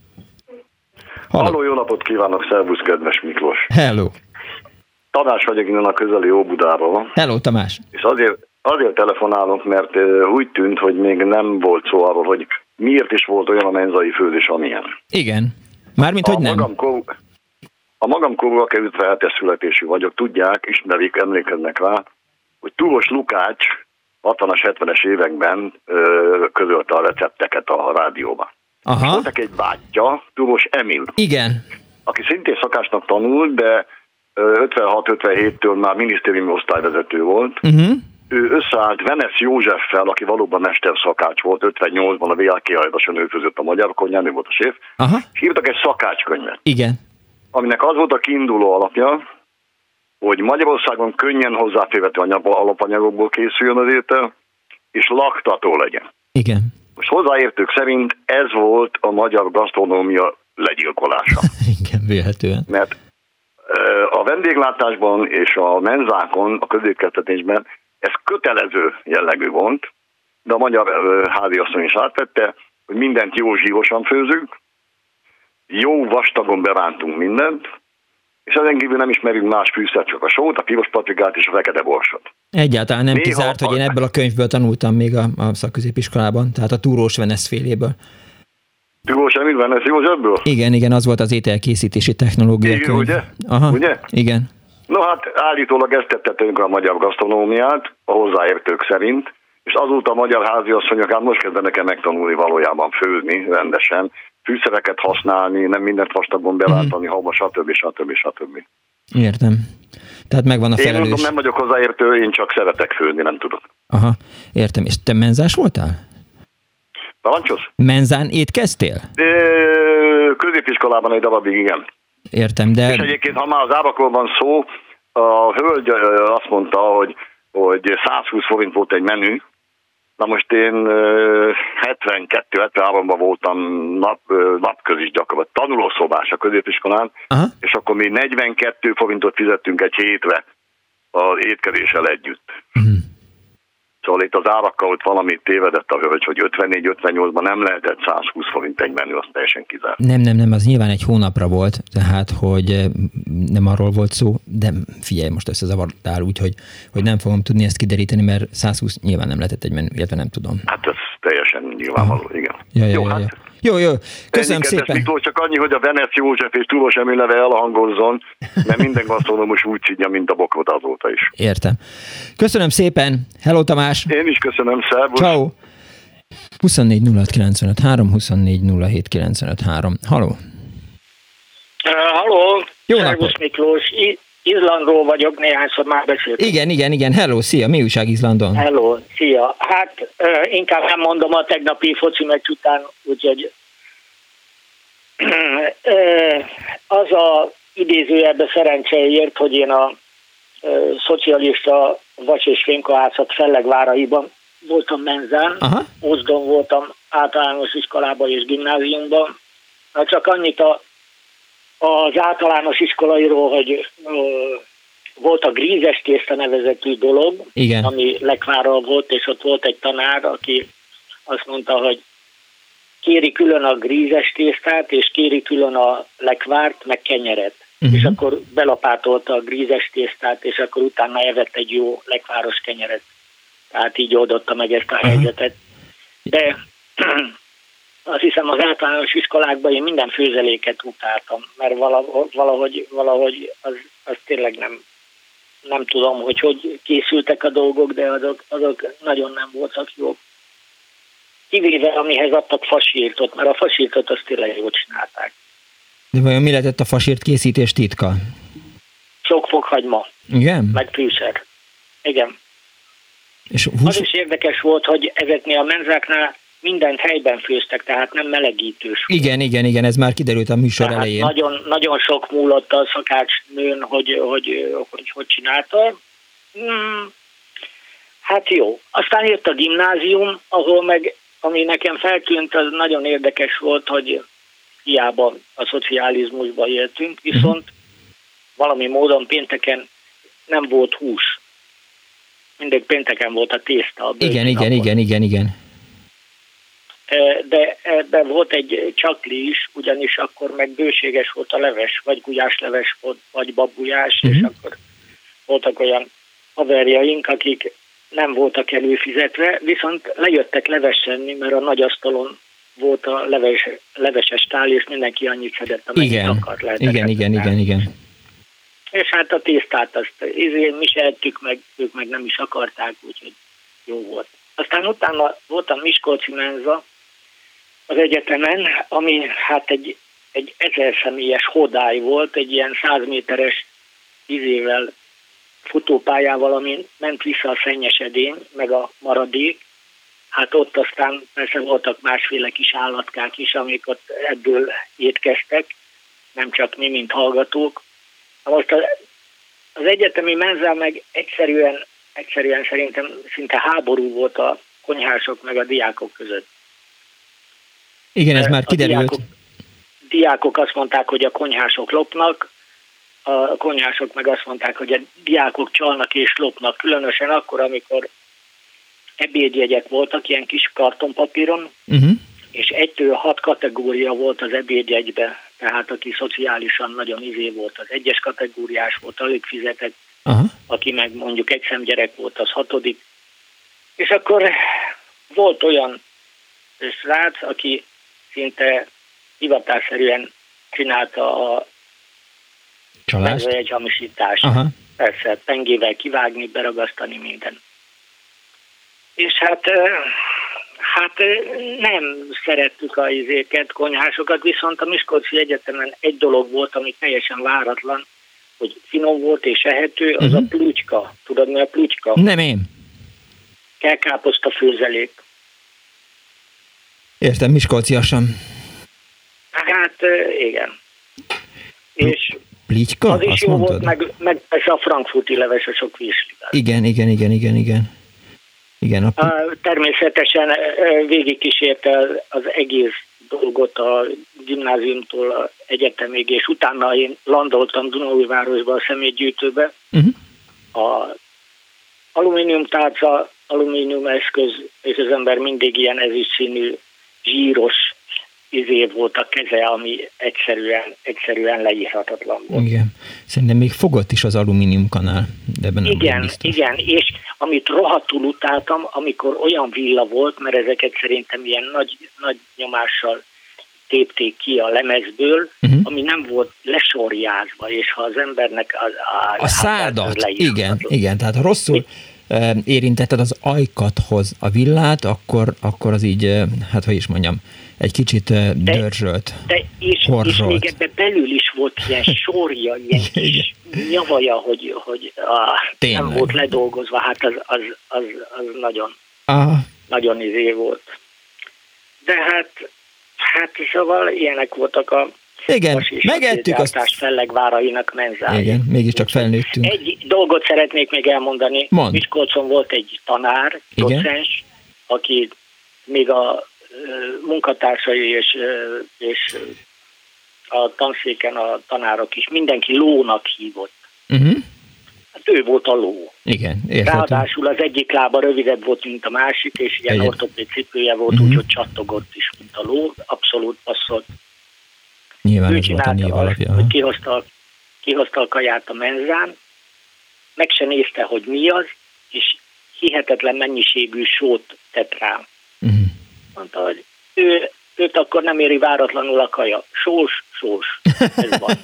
Halló, jó napot kívánok, szervusz, kedves Miklós! Hello! Tamás vagyok innen a közeli Óbudáról. Hello, Tamás! És azért telefonálok, mert úgy tűnt, hogy még nem volt szó arról, hogy miért is volt olyan a menzai főzés, amilyen. Igen. Mármint, hogy nem. A magam korúra került feltes születésű vagyok, tudják, ismerik, emlékeznek rá, hogy Túros Lukács 60-as, 70-es években közölte a recepteket a rádióban. Aha. Voltak egy bátyja, Túros Emil. Igen. Aki szintén szakásnak tanult, de 56-57-től már minisztériumi osztályvezető volt. Ő összeállt Venesz Józseffel, aki valóban mesterszakács volt, 58-ban a VLK hajdason ő között a magyar konyhán, ő volt a séf, és írtak egy szakácskönyvet. Igen. Aminek az volt a kiinduló alapja, hogy Magyarországon könnyen hozzáférhető alapanyagokból készüljön az étel, és laktató legyen. Igen. Most hozzáértők szerint ez volt a magyar gasztronómia legyilkolása. Igen, vélhetően. Mert a vendéglátásban és a menzákon, a közétkeztetésben ez kötelező jellegű volt, de a magyar háziasszony is átvette, hogy mindent jó zsírosan főzünk, jó vastagon berántunk mindent, és ezen kívül nem ismerünk más fűszert, csak a sót, a piros paprikát és a fekete borsot. Egyáltalán nem kizárt, hogy én ebből a könyvből tanultam még a szakközépiskolában, tehát a Túrós Veneszféléből. Túrós Emil Venesz Józsefből? Igen, az volt az ételkészítési technológia igen, könyv. Ugye? Aha, ugye? Igen. No hát állítólag ezt tette tönkre a magyar gasztronómiát, a hozzáértők szerint, és azóta a magyar háziasszonyok hát most kezdenek el megtanulni valójában főzni rendesen, fűszereket használni, nem mindent vastagon belántani, haba, stb. Értem. Tehát megvan a felelős. Én mondom, nem vagyok hozzáértő, én csak szeretek főzni, nem tudok. Aha, értem. És te menzás voltál? Parancsolsz? Menzán étkeztél? Középiskolában egy darabig, igen. Értem, de... És egyébként, ha már az árakról van szó, a hölgy azt mondta, hogy 120 forint volt egy menü. Na most én 72-73-ban voltam napközis gyakorlat, tanulószobás a középiskolán, és akkor mi 42 forintot fizettünk egy hétre az étkezéssel együtt. Szóval itt az árakkal ott valamit tévedett a hölgy, hogy 54-58-ban nem lehetett 120 forint egy menü, az teljesen kizárt. Nem, az nyilván egy hónapra volt, tehát hogy nem arról volt szó, de figyelj, most összezavartál úgy, hogy nem fogom tudni ezt kideríteni, mert 120 nyilván nem lehetett egy menü, illetve nem tudom. Hát ez teljesen nyilvánvaló, igen. Jó. Köszönöm szépen. Miklós, csak annyi, hogy a Venesz József és Túrós Emil neve elhangozzon, mert minden gasztronómus úgy szidja, mint a bokrot azóta is. Értem. Köszönöm szépen. Hello, Tamás. Én is köszönöm, szervusz. Ciao. 24 06 95 3, 24 07 95 3. Halló. Halló. Jó szervusz, napot. Miklós. Izlandról vagyok, néhányszor már beszéltünk. Igen. Hello, szia. Mi újság Izlandon? Hello, szia. Hát inkább nem mondom a tegnapi foci meccs után, úgyhogy az a idézőjelbe szerencséért, hogy én a szocialista vas- és fémkohászat Fellegváraiban voltam menzán, Ózdon voltam általános iskolában és gimnáziumban. Hát csak annyit az általános iskolairól, hogy volt a grízes tészta nevezetű dolog, igen, ami Lekvárral volt, és ott volt egy tanár, aki azt mondta, hogy kéri külön a grízes tésztát, és kéri külön a lekvárt, meg kenyeret. És akkor belapátolta a grízes tésztát, és akkor utána evett egy jó lekváros kenyeret. Tehát így oldotta meg ezt a helyzetet. De azt hiszem az általános iskolákban én minden főzeléket utáltam, mert valahogy az tényleg nem tudom, hogy készültek a dolgok, de azok nagyon nem voltak jók. Kivéve amihez adtak fasírtot, mert a fasírtot azt tényleg jól csinálták. De vajon mi lehetett a fasírt készítés titka? Sok fokhagyma. Igen? Meg fűszer. Igen. És az is érdekes volt, hogy ezeknél a menzáknál mindent helyben főztek, tehát nem melegítős. Igen, ez már kiderült a műsor tehát elején. Nagyon sok múlott a szakácsnőn, hogy csinálta. Hát jó. Aztán jött a gimnázium, ahol meg, ami nekem feltűnt, az nagyon érdekes volt, hogy hiába a szocializmusban éltünk, viszont valami módon pénteken nem volt hús. Mindig pénteken volt a tészta. Igen. De volt egy csakli is, ugyanis akkor meg bőséges volt a leves, vagy gulyásleves volt, vagy babgulyás, és akkor voltak olyan haverjaink, akik nem voltak előfizetve, viszont lejöttek levesenni, mert a nagy asztalon volt a leveses tál, és mindenki annyit szedett, amennyit akart. Igen. És hát a tésztát azt mi se ettük meg, ők meg nem is akarták, úgyhogy jó volt. Aztán utána voltam miskolci menza az egyetemen, ami hát egy 1000 személyes hodály volt, egy ilyen 100 méteres izével, futópályával, amin ment vissza a szennyes edény, meg a maradék. Hát ott aztán persze voltak másféle kis állatkák is, amik ott ebből étkeztek, nem csak mi, mint hallgatók. Most az egyetemi menzán meg egyszerűen szerintem szinte háború volt a konyhások meg a diákok között. Igen, ez már kiderült. Diákok azt mondták, hogy a konyhások lopnak, a konyhások meg azt mondták, hogy a diákok csalnak és lopnak, különösen akkor, amikor ebédjegyek voltak ilyen kis kartonpapíron, és 1-6 kategória volt az ebédjegyben, tehát aki szociálisan nagyon volt, az 1-es kategóriás volt, alig fizetett, aki meg mondjuk egy szemgyerek volt, az 6. És akkor volt olyan srác, aki szinte hivatásszerűen csinálta a menzajegyhamisítást. Persze, pengével kivágni, beragasztani, minden. És hát nem szerettük a konyhásokat, viszont a Miskolci Egyetemen egy dolog volt, ami teljesen váratlan, hogy finom volt és ehető, az a plütyka. Tudod, mi a plütyka? Nem én. Kelkáposzta főzelék. Értem, miskolciasan. Hát igen. És plütyka? az is azt jó mondtad? volt, meg a frankfurti leves a sok virslivel. Igen. Természetesen végigkísérte az egész dolgot a gimnáziumtól az egyetemig, és utána én landoltam Dunaújvárosba a szemétgyűjtőbe. A alumíniumtárca, alumíniumeszköz, és az ember mindig ilyen ezüstszínű, zsíros volt a keze, ami egyszerűen leírhatatlan volt. Igen. Szerintem még fogott is az alumíniumkanál, de ebben nem igen, és amit rohadtul utáltam, amikor olyan villa volt, mert ezeket szerintem ilyen nagy nyomással tépték ki a lemezből, ami nem volt lesorjázva, és ha az embernek a szádat, igen, tehát ha rosszul érintetted az ajkathoz a villát, akkor az így, hát hogy is mondjam, egy kicsit dörzsölt, és még ebben belül is volt ilyen sorja, ilyen kis nyavaja, hogy nem volt ledolgozva, hát az nagyon volt. De hát szóval ilyenek voltak a megettük azt Fellegvárainak menzái. Igen, mégiscsak felnőttünk. Egy dolgot szeretnék még elmondani. Miskolcon volt egy tanár, docens, aki még a munkatársai és a tanszéken a tanárok is mindenki lónak hívott. Hát ő volt a ló. Igen, érthető. Ráadásul az egyik lába rövidebb volt, mint a másik, és ilyen ortopéd cipője volt, úgyhogy csattogott is, mint a ló. Abszolút passzolt. Nyilván ő ez volt a név alapja. Hogy kihozta a kaját a menzán, meg se nézte, hogy mi az, és hihetetlen mennyiségű sót tett rám. Mondta, hogy őt akkor nem éri váratlanul a kaja. Sós. Ez van.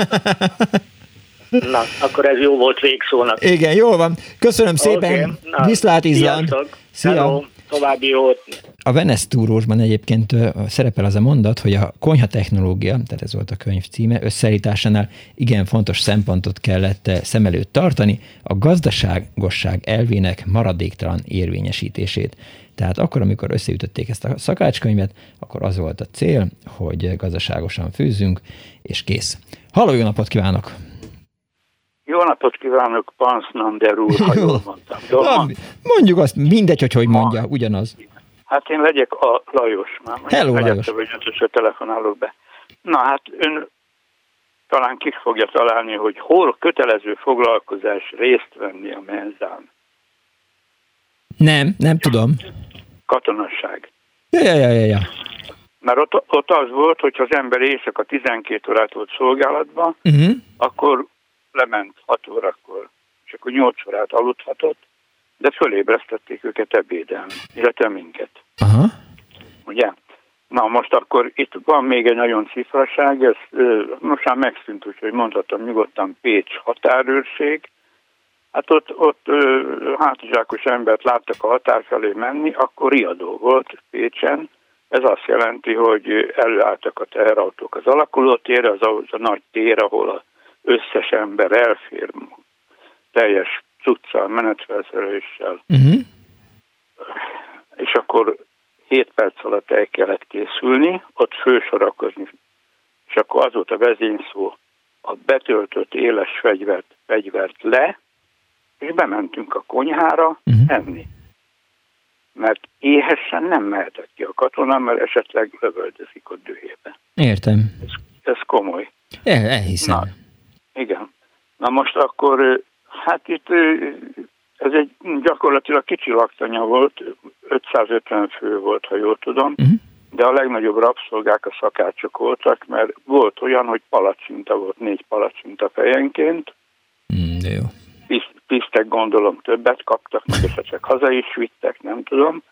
Na, akkor ez jó volt végszónak. Igen, jól van. Köszönöm szépen. Viszlát, Izland. Szia. Hello. További jót. A Venice túrósban egyébként szerepel az a mondat, hogy a konyhatechnológia, tehát ez volt a könyv címe, összeállításánál igen fontos szempontot kellett szem előtt tartani, a gazdaságosság elvének maradéktalan érvényesítését. Tehát akkor, amikor összeütötték ezt a szakácskönyvet, akkor az volt a cél, hogy gazdaságosan főzzünk, és kész. Halló, jó napot kívánok! Jó napot kívánok, Pansnander úr, ha jól mondtam. Mondjuk azt, mindegy, hogy mondja, ugyanaz. Hát én legyek a Lajos már. Hello, Lajos. Hogy ötösre telefonálok be. Na hát ön talán ki fogja találni, hogy hol kötelező foglalkozás részt venni a menzán. Nem tudom. Katonasság. Ja. Mert ott az volt, hogyha az ember éjszaka 12 órát volt szolgálatban, akkor lement 6 órakor, és akkor 8 órát aludhatott, de fölébresztették őket ebédelni, illetve minket. Ugye? Na most akkor itt van még egy nagyon cifraság, ez most már megszűnt, úgyhogy mondhatom nyugodtan Pécs határőrség. Hát ott hátizsákos embert láttak a határ felé menni, akkor riadó volt Pécsen. Ez azt jelenti, hogy előálltak a teherautók az alakulótérre, az a nagy tér, ahol az összes ember elfér teljes cuccal, menetfelszereléssel. És akkor 7 perc alatt el kellett készülni, ott fősorakozni. És akkor az volt a vezényszó, a betöltött éles fegyvert le, és bementünk a konyhára enni. Mert éhesen nem mehetett ki a katona, mert esetleg lövöldözik a dühébe. Értem. Ez komoly. Elhiszem. Na, igen. Na most akkor, hát itt ez egy gyakorlatilag kicsi laktanya volt, 550 fő volt, ha jól tudom, de de a legnagyobb rabszolgák a szakácsok voltak, mert volt olyan, hogy palacsinta volt, 4 palacsinta fejenként. De jó. Pisztek gondolom többet kaptak, meg esetleg haza is vittek, nem tudom.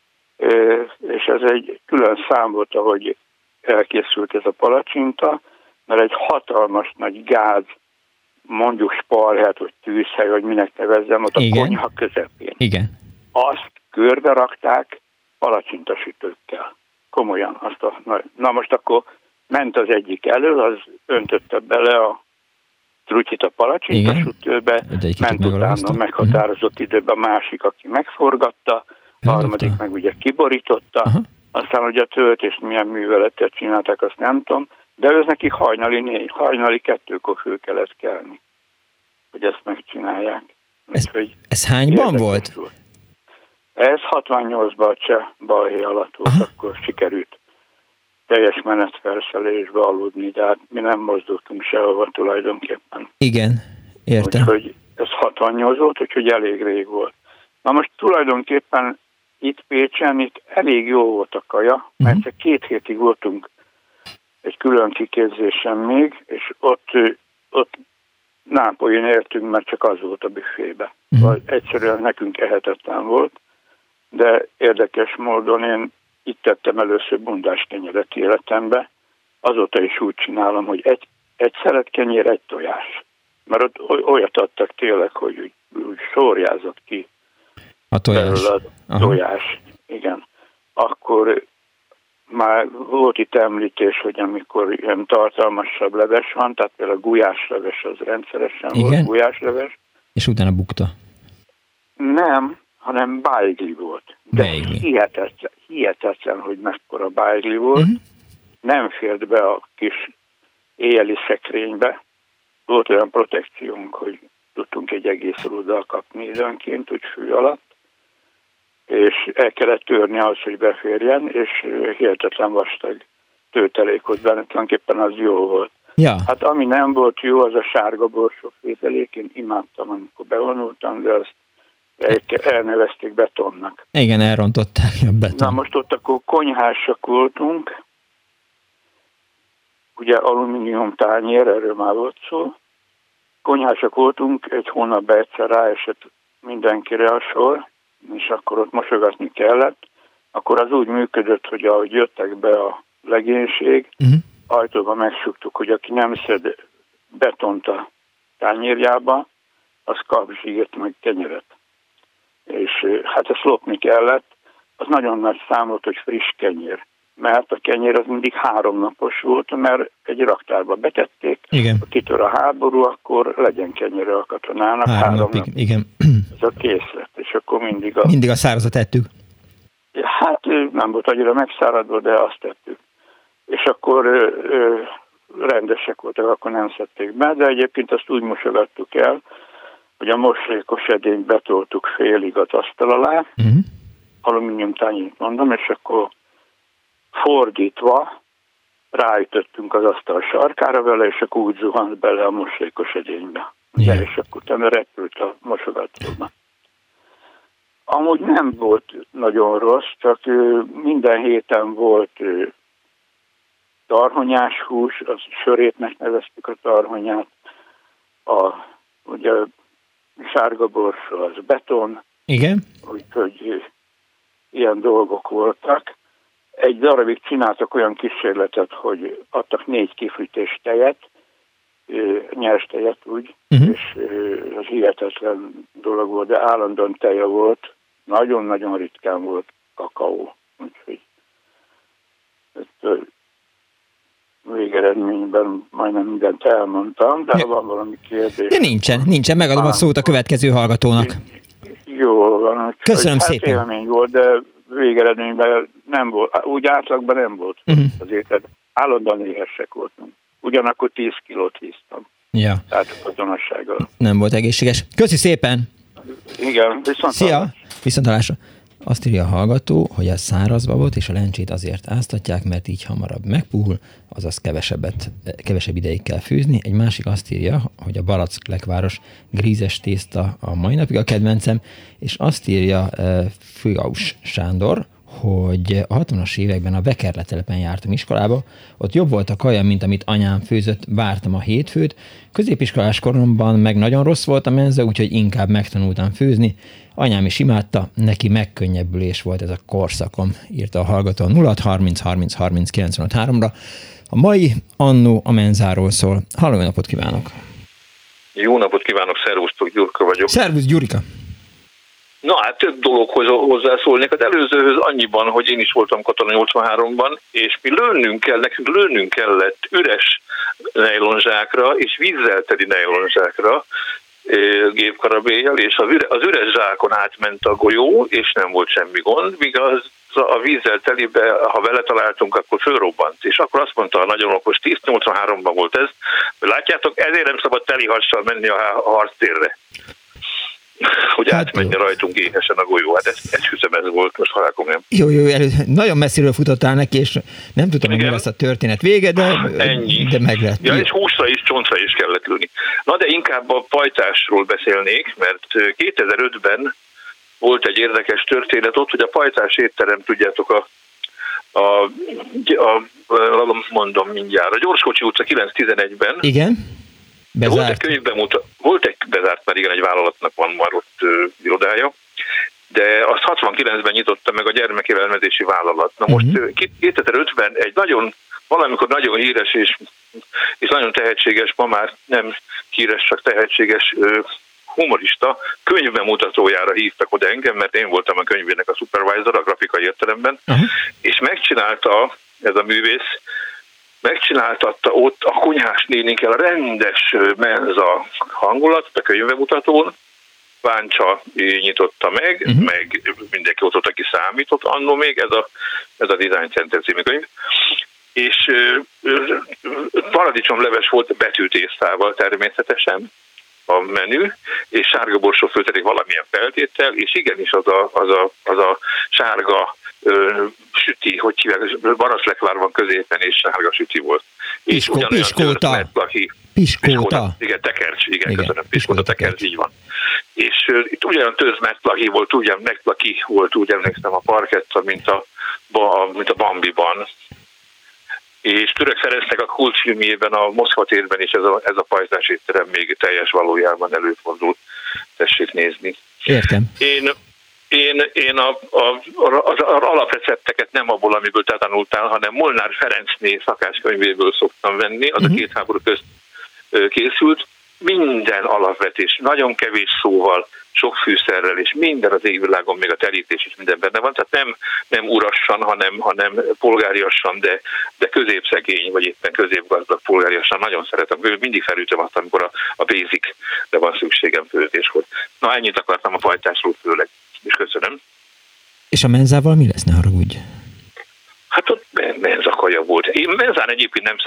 És ez egy külön szám volt, ahogy elkészült ez a palacsinta, mert egy hatalmas nagy gáz, mondjuk sparhelyet, vagy tűzhely, vagy minek nevezzem, ott a konyha közepén. Igen. Azt körbe rakták palacsintasütőkkel. Komolyan. Na most akkor ment az egyik elő, az öntötte bele a trutyit a palacsintasütőbe, ment utána meghatározott időben a másik, aki megforgatta, a harmadik meg ugye kiborította, aztán hogy a töltést milyen műveletet csinálták, azt nem tudom, de ez nekik hajnali 2-kor föl kellett kelni, hogy ezt megcsinálják. Ez hányban volt? Ez 68-ban a cseh balhé alatt volt, akkor sikerült teljes menetfelszerelésbe aludni, de hát mi nem mozdultunk sehova tulajdonképpen. Igen, értem. Úgyhogy ez 68 volt, úgyhogy elég rég volt. Na most tulajdonképpen itt Pécsen itt elég jó volt a kaja, mert 2 hétig voltunk egy külön kiképzésen még, és ott Nápolyon értünk, mert csak az volt a büfébe. Egyszerűen nekünk ehetetlen volt, de érdekes módon én itt tettem először bundás kenyeret életembe, azóta is úgy csinálom, hogy egy szeret kenyér, egy tojás. Mert ott olyat adtak tényleg, hogy úgy sorjázott ki a tojás. A tojás, igen. Akkor már volt itt említés, hogy amikor ilyen tartalmasabb leves van, tehát például a gulyásleves az rendszeresen volt, gulyásleves. És utána bukta. Nem, hanem bájgli volt. De hihetetlen, hogy mekkora bájgli volt. Nem fért be a kis éjjeli szekrénybe. Volt olyan protekciónk, hogy tudtunk egy egész ruddal kapni időnként, úgy fű alatt, és el kellett törni ahhoz, hogy beférjen, és hihetetlen vastag tőtelék volt benne, tulajdonképpen az jó volt. Ja. Hát ami nem volt jó, az a sárga borsó fételék, én imádtam, amikor bevonultam, de azt elnevezték betonnak. Igen, elrontották a beton. Na most ott akkor konyhásak voltunk, ugye alumínium tányér, erről már volt szó. Konyhásak voltunk, egy hónapban egyszer ráesett mindenkire a sor, és akkor ott mosogatni kellett. Akkor az úgy működött, hogy ahogy jöttek be a legénység, ajtóba megsuktuk, hogy aki nem szed betont a tányérjába, az kap zsírt meg kenyeret. És hát ezt lopni kellett. Az nagyon nagy szám volt, hogy friss kenyér. Mert a kenyér az mindig 3 napos volt, mert egy raktárba betették. Igen. Ha kitör a háború, akkor legyen kenyére a katonának. 3 napig, igen. Ez a készlet, és akkor mindig a szárazat ettük. Hát nem volt annyira megszáradva, de azt tettük. És akkor rendesek voltak, akkor nem szedték be, de egyébként azt úgy mosogattuk el, hogy a moslékos edényt betoltuk félig az asztal alá, alumínium tányért mondom, és akkor fordítva ráütöttünk az asztal sarkára vele, és akkor úgy zuhant bele a moslékos edénybe. Yeah. És akkor utána repült a mosogatóba. Amúgy nem volt nagyon rossz, csak minden héten volt tarhonyás hús, az sörétnek neveztük a tarhonyát, ugye sárga borsó, az beton. Igen. Úgyhogy ilyen dolgok voltak. Egy darabig csináltak olyan kísérletet, hogy adtak 4 kifűtés tejet, nyers tejet úgy, és az hihetetlen dolog volt, de állandóan teja volt, nagyon-nagyon ritkán volt kakaó. Úgyhogy végeredményben majdnem mindent elmondtam, de ha van valami kérdés... De nincsen, megadom a szót a következő hallgatónak. Jól van. Köszönöm szépen. Élmény volt, de végeredményben nem volt, úgy átlagban nem volt azért, állandóan éhesek voltunk. Ugyanakkor 10 kilót híztam. Ja. Tehát azonossággal. Nem volt egészséges. Köszi szépen! Igen, viszont Szia! Viszontlátásra. Azt írja a hallgató, hogy a szárazba volt, és a lencsét azért áztatják, mert így hamarabb megpuhul, azaz kevesebb ideig kell főzni. Egy másik azt írja, hogy a Balacklegváros grízes tészta a mai napig a kedvencem, és azt írja Főaus Sándor, hogy a 60-as években a Vekerletelepen jártam iskolába, ott jobb volt a kaja, mint amit anyám főzött, vártam a hétfőt. Középiskolás koromban meg nagyon rossz volt a menza, úgyhogy inkább megtanultam főzni. Anyám is imádta, neki megkönnyebbülés volt ez a korszakom, írta a hallgató 0630 30 30 95-3-ra. A mai annó a menzáról szól. Halló, jó napot kívánok! Jó napot kívánok, szervusztok, Gyurka vagyok. Szervusz, Gyurika! Na hát több dologhoz hozzászólnék. Az előzőhöz annyiban, hogy én is voltam katona 83-ban, és mi nekünk lőnünk kellett üres nejlonzsákra és vízzel teli nejlonzsákra gépkarabéllyel, és az üres zsákon átment a golyó, és nem volt semmi gond, míg a vízzel telibe, ha vele találtunk, akkor fölrobbant. És akkor azt mondta a nagyon okos tiszt, 83-ban volt ez, hogy látjátok, ezért nem szabad teli hassal menni a harctérre. Hogy átmenjen rajtunk éhesen a golyó. Hát esküszöm, ez volt, most halál komolyan. Jó, nagyon messziről futottál neki, és nem tudtam, hogy mi lesz a történet vége, de meg lett. Ja, és húsra is, csontra is kellett ülni. Na, de inkább a pajtásról beszélnék, mert 2005-ben volt egy érdekes történet ott, hogy a pajtás étterem, tudjátok, mondom mindjárt, a Gyorskocsi utca 911-ben. Igen. Volt egy bezárt, mert igen, egy vállalatnak van már ott irodája, de azt 69-ben nyitotta meg a gyermekélelmezési vállalat. Na most 2005-ben egy valamikor nagyon híres és nagyon tehetséges, ma már nem híres, csak tehetséges humorista könyvbemutatójára hívtak oda engem, mert én voltam a könyvének a supervisor a grafikai értelemben, és megcsinálta ez a művész, megcsináltatta ott a konyhás néninkkel a rendes menza hangulatot a könyvemutatón, Váncsa nyitotta meg, meg mindenki ott, aki számított, annó még ez a Design Center című könyv, és paradicsomleves volt betűtésztával természetesen a menü, és sárga borsó főtelék valamilyen feltétel, és igenis az a sárga süti, hogy hívják, barackleklár van középen, és sárga süti volt. És Piskóta. Igen, tekercs, igen, köszönöm, Piskóta tekercs, így van. És itt ugyanolyan tőzmertlahi volt, megtlaki volt, úgy emlékszem, a parketta, mint a Bambiban. És Török Ferencnek a kultfilmjében, a Moszkva térben is ez a pajtás étterem még teljes valójában előfordult. Tessék nézni. Értem. Én az alaprecepteket nem abból, amiből te tanultál, hanem Molnár Ferencné szakácskönyvéből szoktam venni, az a két háború közt készült. Minden alapvetés, nagyon kevés szóval, sok fűszerrel, és minden az égvilágon, még a terítés is minden benne van. Tehát nem urassan, hanem polgáriasan, de középszegény, vagy éppen középgazdag polgáriasan. Nagyon szeretem. Mindig felütöm azt, amikor a basic-re van szükségem főzéskor. Na, ennyit akartam a pajtásról főleg, és köszönöm. És a menzával mi lesz, ne haragudj? Hát ott menzakaja volt. Én menzán egyébként nem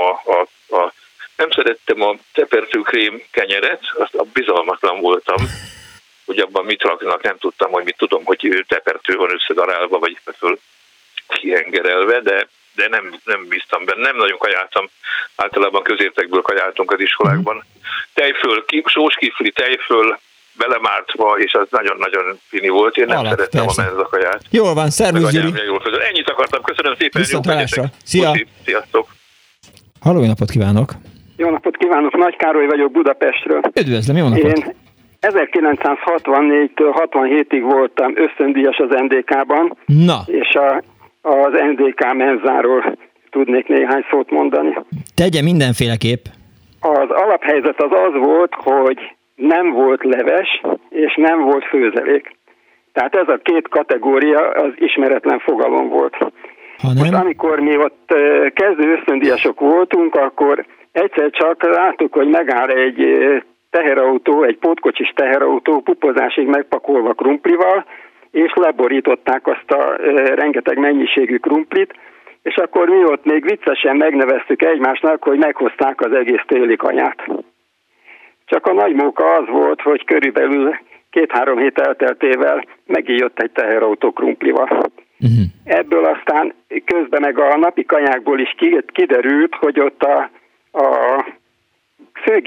szerettem a tepertőkrém kenyeret, azt bizalmatlan voltam, hogy abban mit raknak, nem tudtam, hogy mit tudom, hogy tepertő van összedarálva, vagy föl kihengerelve, de nem bíztam benne, nem nagyon kajáltam, általában közértekből kajáltunk az iskolákban. Tejföl, sóskifli tejföl, belemártva, és az nagyon-nagyon fini volt. Én nem szerettem a menzakaját. Jól van, szervusz Gyuri! Ennyit akartam, köszönöm szépen. Viszontlátásra. Szia! Sziasztok! Halló, jó napot kívánok! Jó napot kívánok, Nagy Károly vagyok Budapestről. Üdvözlöm, jó napot! Én 1964-től 67-ig voltam ösztöndíjas az NDK-ban. Na! És az NDK menzáról tudnék néhány szót mondani. Tegye mindenféleképp. Az alaphelyzet az volt, hogy nem volt leves, és nem volt főzelék. Tehát ez a két kategória az ismeretlen fogalom volt. Most amikor mi ott kezdő ösztöndíjasok voltunk, akkor egyszer csak láttuk, hogy megáll egy teherautó, egy pótkocsis teherautó pupozásig megpakolva krumplival, és leborították azt a rengeteg mennyiségű krumplit, és akkor mi ott még viccesen megneveztük egymásnak, hogy meghozták az egész téli kanyát. Csak a nagy móka az volt, hogy körülbelül 2-3 hét elteltével megijött egy teherautó krumplival. Ebből aztán közben meg a napi kanyákból is kiderült, hogy ott a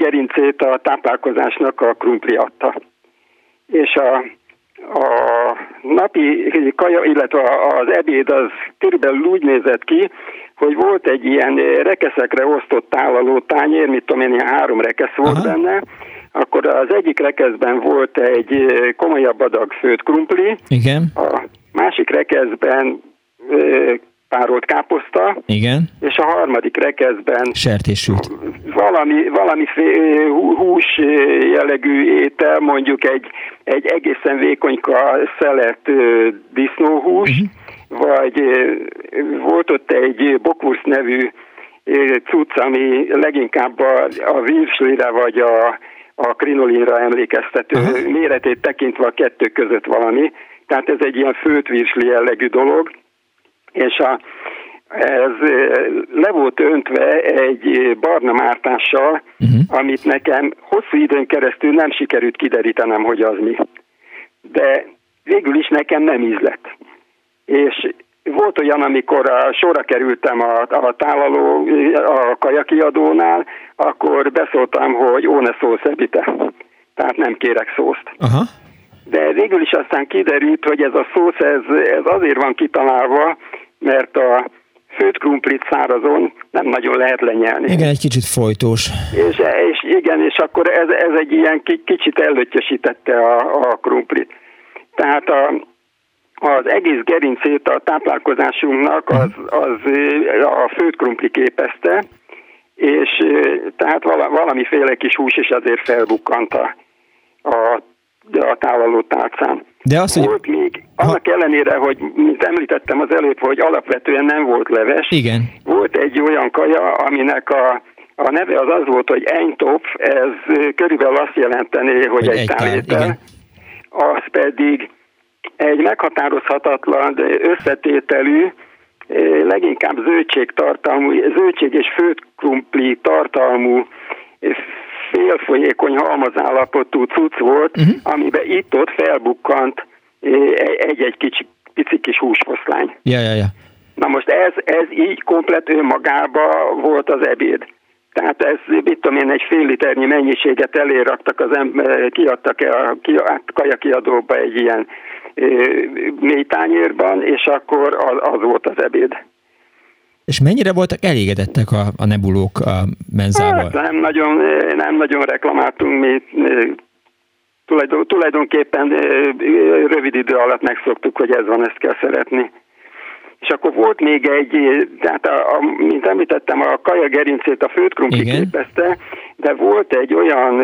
főgerincét a táplálkozásnak a krumpli adta. És a napi kaja, illetve az ebéd az körülbelül úgy nézett ki, hogy volt egy ilyen rekeszekre osztott tálaló tányér, mit tudom én, ilyen 3 rekesz volt benne, akkor az egyik rekeszben volt egy komolyabb adag főtt krumpli, igen. A másik rekeszben párolt káposzta, igen. És a harmadik rekeszben sertéssült. Valami hús jellegű étel, mondjuk egy egészen vékonyka szelet disznóhús, vagy volt ott egy bockwurst nevű cucc, ami leginkább a virslire vagy a krinolinra emlékeztető, méretét tekintve a kettő között valami. Tehát ez egy ilyen főtt virsli jellegű dolog, és ez le volt öntve egy barna mártással, amit nekem hosszú időn keresztül nem sikerült kiderítenem, hogy az mi. De végül is nekem nem ízlett. És volt olyan, amikor sorra kerültem a tálaló, a kajakiadónál, akkor beszóltam, hogy óne szósz ebite. Tehát nem kérek szószt. Aha. De végül is aztán kiderült, hogy ez a szósz, ez azért van kitalálva, mert a főtt krumplit szárazon nem nagyon lehet lenyelni. Igen, egy kicsit folytós. És akkor ez egy ilyen kicsit ellöttyösítette a krumplit. Tehát az egész gerincét a táplálkozásunknak az a főtt krumpli képezte, és tehát valamiféle kis hús is azért felbukkant a tálaló tálcán. De az, volt még, annak ellenére, hogy mint említettem az előbb, hogy alapvetően nem volt leves, igen. Volt egy olyan kaja, aminek a neve az volt, hogy Eintopf, ez körülbelül azt jelentené, hogy egy tálétel, az pedig egy meghatározhatatlan összetételű, leginkább zöldség és főtt krumpli tartalmú, félfolyékony halmazállapotú cucc volt, amiben itt-ott felbukkant egy pici kis húsfoszlány. Ja. Na most ez így komplet önmagában volt az ebéd. Tehát ez, mit tudom én, egy fél liternyi mennyiséget eléraktak kiadtak a kajakiadóba egy ilyen mély tányérban, és akkor az volt az ebéd. És mennyire voltak elégedettek a nebulók a menzával? Hát nem nagyon reklamáltunk mi. Tulajdonképpen rövid idő alatt megszoktuk, hogy ez van, ezt kell szeretni. És akkor volt még tehát mint említettem, a kaja gerincét a főtt krumpli képezte, de volt egy olyan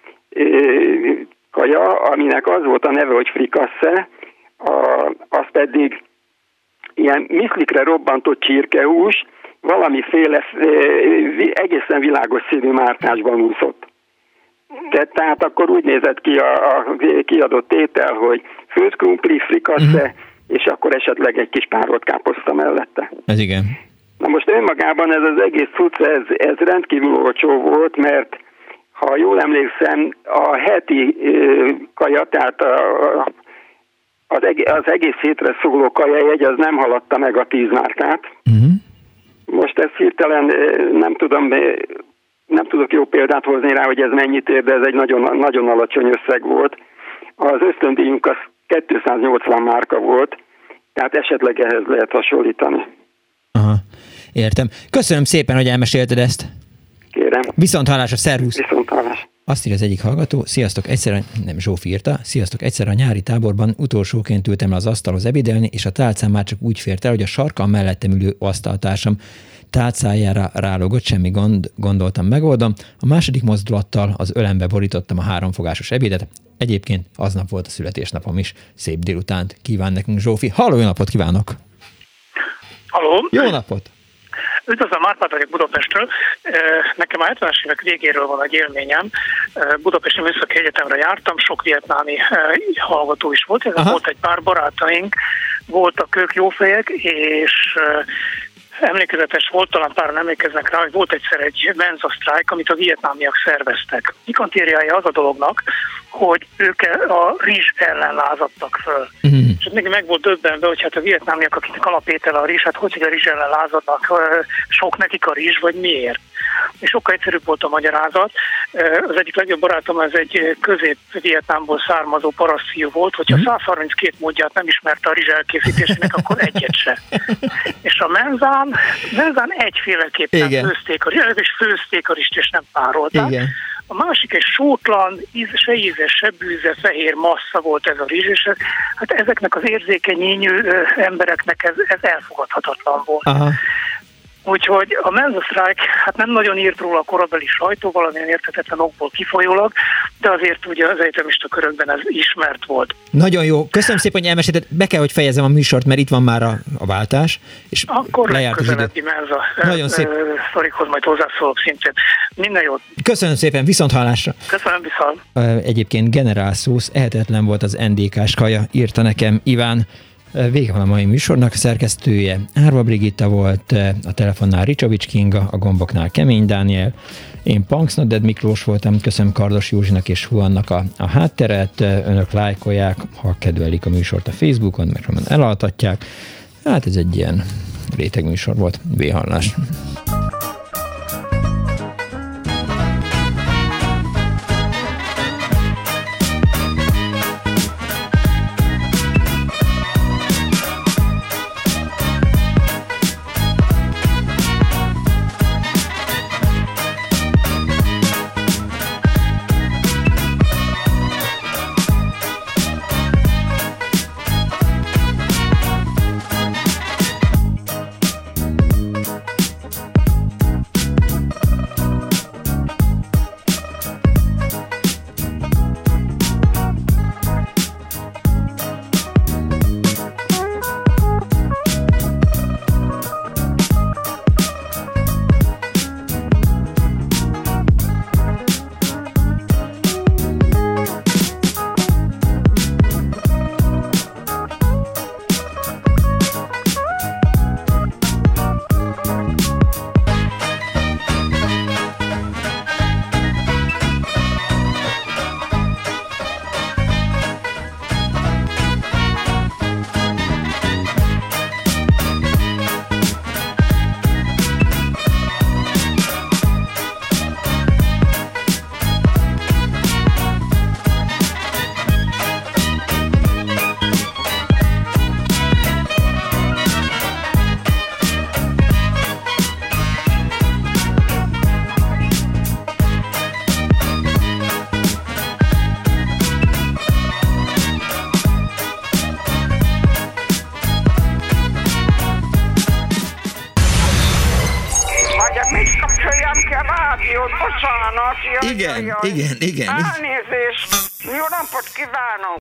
kaja, aminek az volt a neve, hogy frikasse, az pedig ilyen miszlikre robbantott csirkehús, valamiféle egészen világos színű mártásban úszott. Tehát akkor úgy nézett ki a kiadott étel, hogy főtt krumpli, frikasse, és akkor esetleg egy kis párolt káposzta mellette. Ez igen. Na most önmagában ez az egész cucc, ez rendkívül olcsó volt, mert ha jól emlékszem, a heti kaja, tehát az egész hétre szóló kajajegy, az nem haladta meg a 10 márkát. Most ezt hirtelen nem tudok jó példát hozni rá, hogy ez mennyit ér, de ez egy nagyon, nagyon alacsony összeg volt. Az ösztöndíjunk az 280 márka volt, tehát esetleg ehhez lehet hasonlítani. Aha, értem. Köszönöm szépen, hogy elmesélted ezt. Kérem. Viszont hallásra, szervusz! Viszont hallás. Azt írja az egyik hallgató, sziasztok, Zsófi írta, sziasztok, egyszer a nyári táborban utolsóként ültem le az asztalhoz ebédelni, és a tálcám már csak úgy fért el, hogy a sarkal mellettem ülő asztaltársam tálcájára rálogott, semmi gond, gondoltam, megoldom. A második mozdulattal az ölembe borítottam a 3 fogásos ebédet. Egyébként aznap volt a születésnapom is. Szép délutánt kíván nekünk Zsófi. Halló, jó napot kívánok! Halló! Jó napot! Üdvözlöm, Árpád vagyok Budapestről. Nekem a 70-es évek végéről van egy élményem. Budapesti Műszaki Egyetemre jártam, sok vietnámi hallgató is volt. Volt egy pár barátaink, voltak ők jófejek, és emlékezetes volt, talán páran emlékeznek rá, hogy volt egyszer egy menzasztrájk, amit a vietnámiak szerveztek. Pikantériája az a dolognak, hogy ők a rizs ellen lázadtak föl. És neki meg volt döbbenve, hogy hát a vietnámiak, akiknek alapétele a rizs, hát hogy a rizs ellen lázadnak, sok nekik a rizs, vagy miért? És sokkal egyszerűbb volt a magyarázat. Az egyik legjobb barátom, ez egy közép-Vietnámból származó parasztfiú volt, hogyha 132 módját nem ismerte a rizs elkészítésének, akkor egyet se. És a menzán egyféleképpen főzték a rizs, és főzték a rizst, és nem párolták. Igen. A másik egy sótlan, se ízes, se bűze, fehér massza volt ez a rizs, és hát ezeknek az érzékenyényű embereknek ez elfogadhatatlan volt. Aha. Úgyhogy a Menza-sztrájk hát nem nagyon írt róla a korabeli sajtó, valamilyen érthetetlen okból kifolyólag, de azért ugye az egyetemista körökben ez ismert volt. Nagyon jó. Köszönöm szépen, hogy elmesélted. Be kell, hogy fejezem a műsort, mert itt van már a váltás. És akkor legközelebbi Menza sztorikhoz majd hozzászólok szintén. Minden jót. Köszönöm szépen, viszonthallásra. Köszönöm, viszont. Egyébként Generál Szósz, ehetetlen volt az NDK-s kaja, írta nekem Iván. Vége van a mai műsornak, szerkesztője Árva Brigitta volt, a telefonnál Ricsovics Kinga, a gomboknál Kemény Dániel, én Punksnodded Miklós voltam, köszönöm Kardos Józsinak és Huannak a hátteret, önök lájkolják, ha kedvelik a műsort a Facebookon, mert elaltatják. Hát ez egy ilyen réteg műsor volt, V-hallás. Igen. Elnézést! Jó napot kívánok!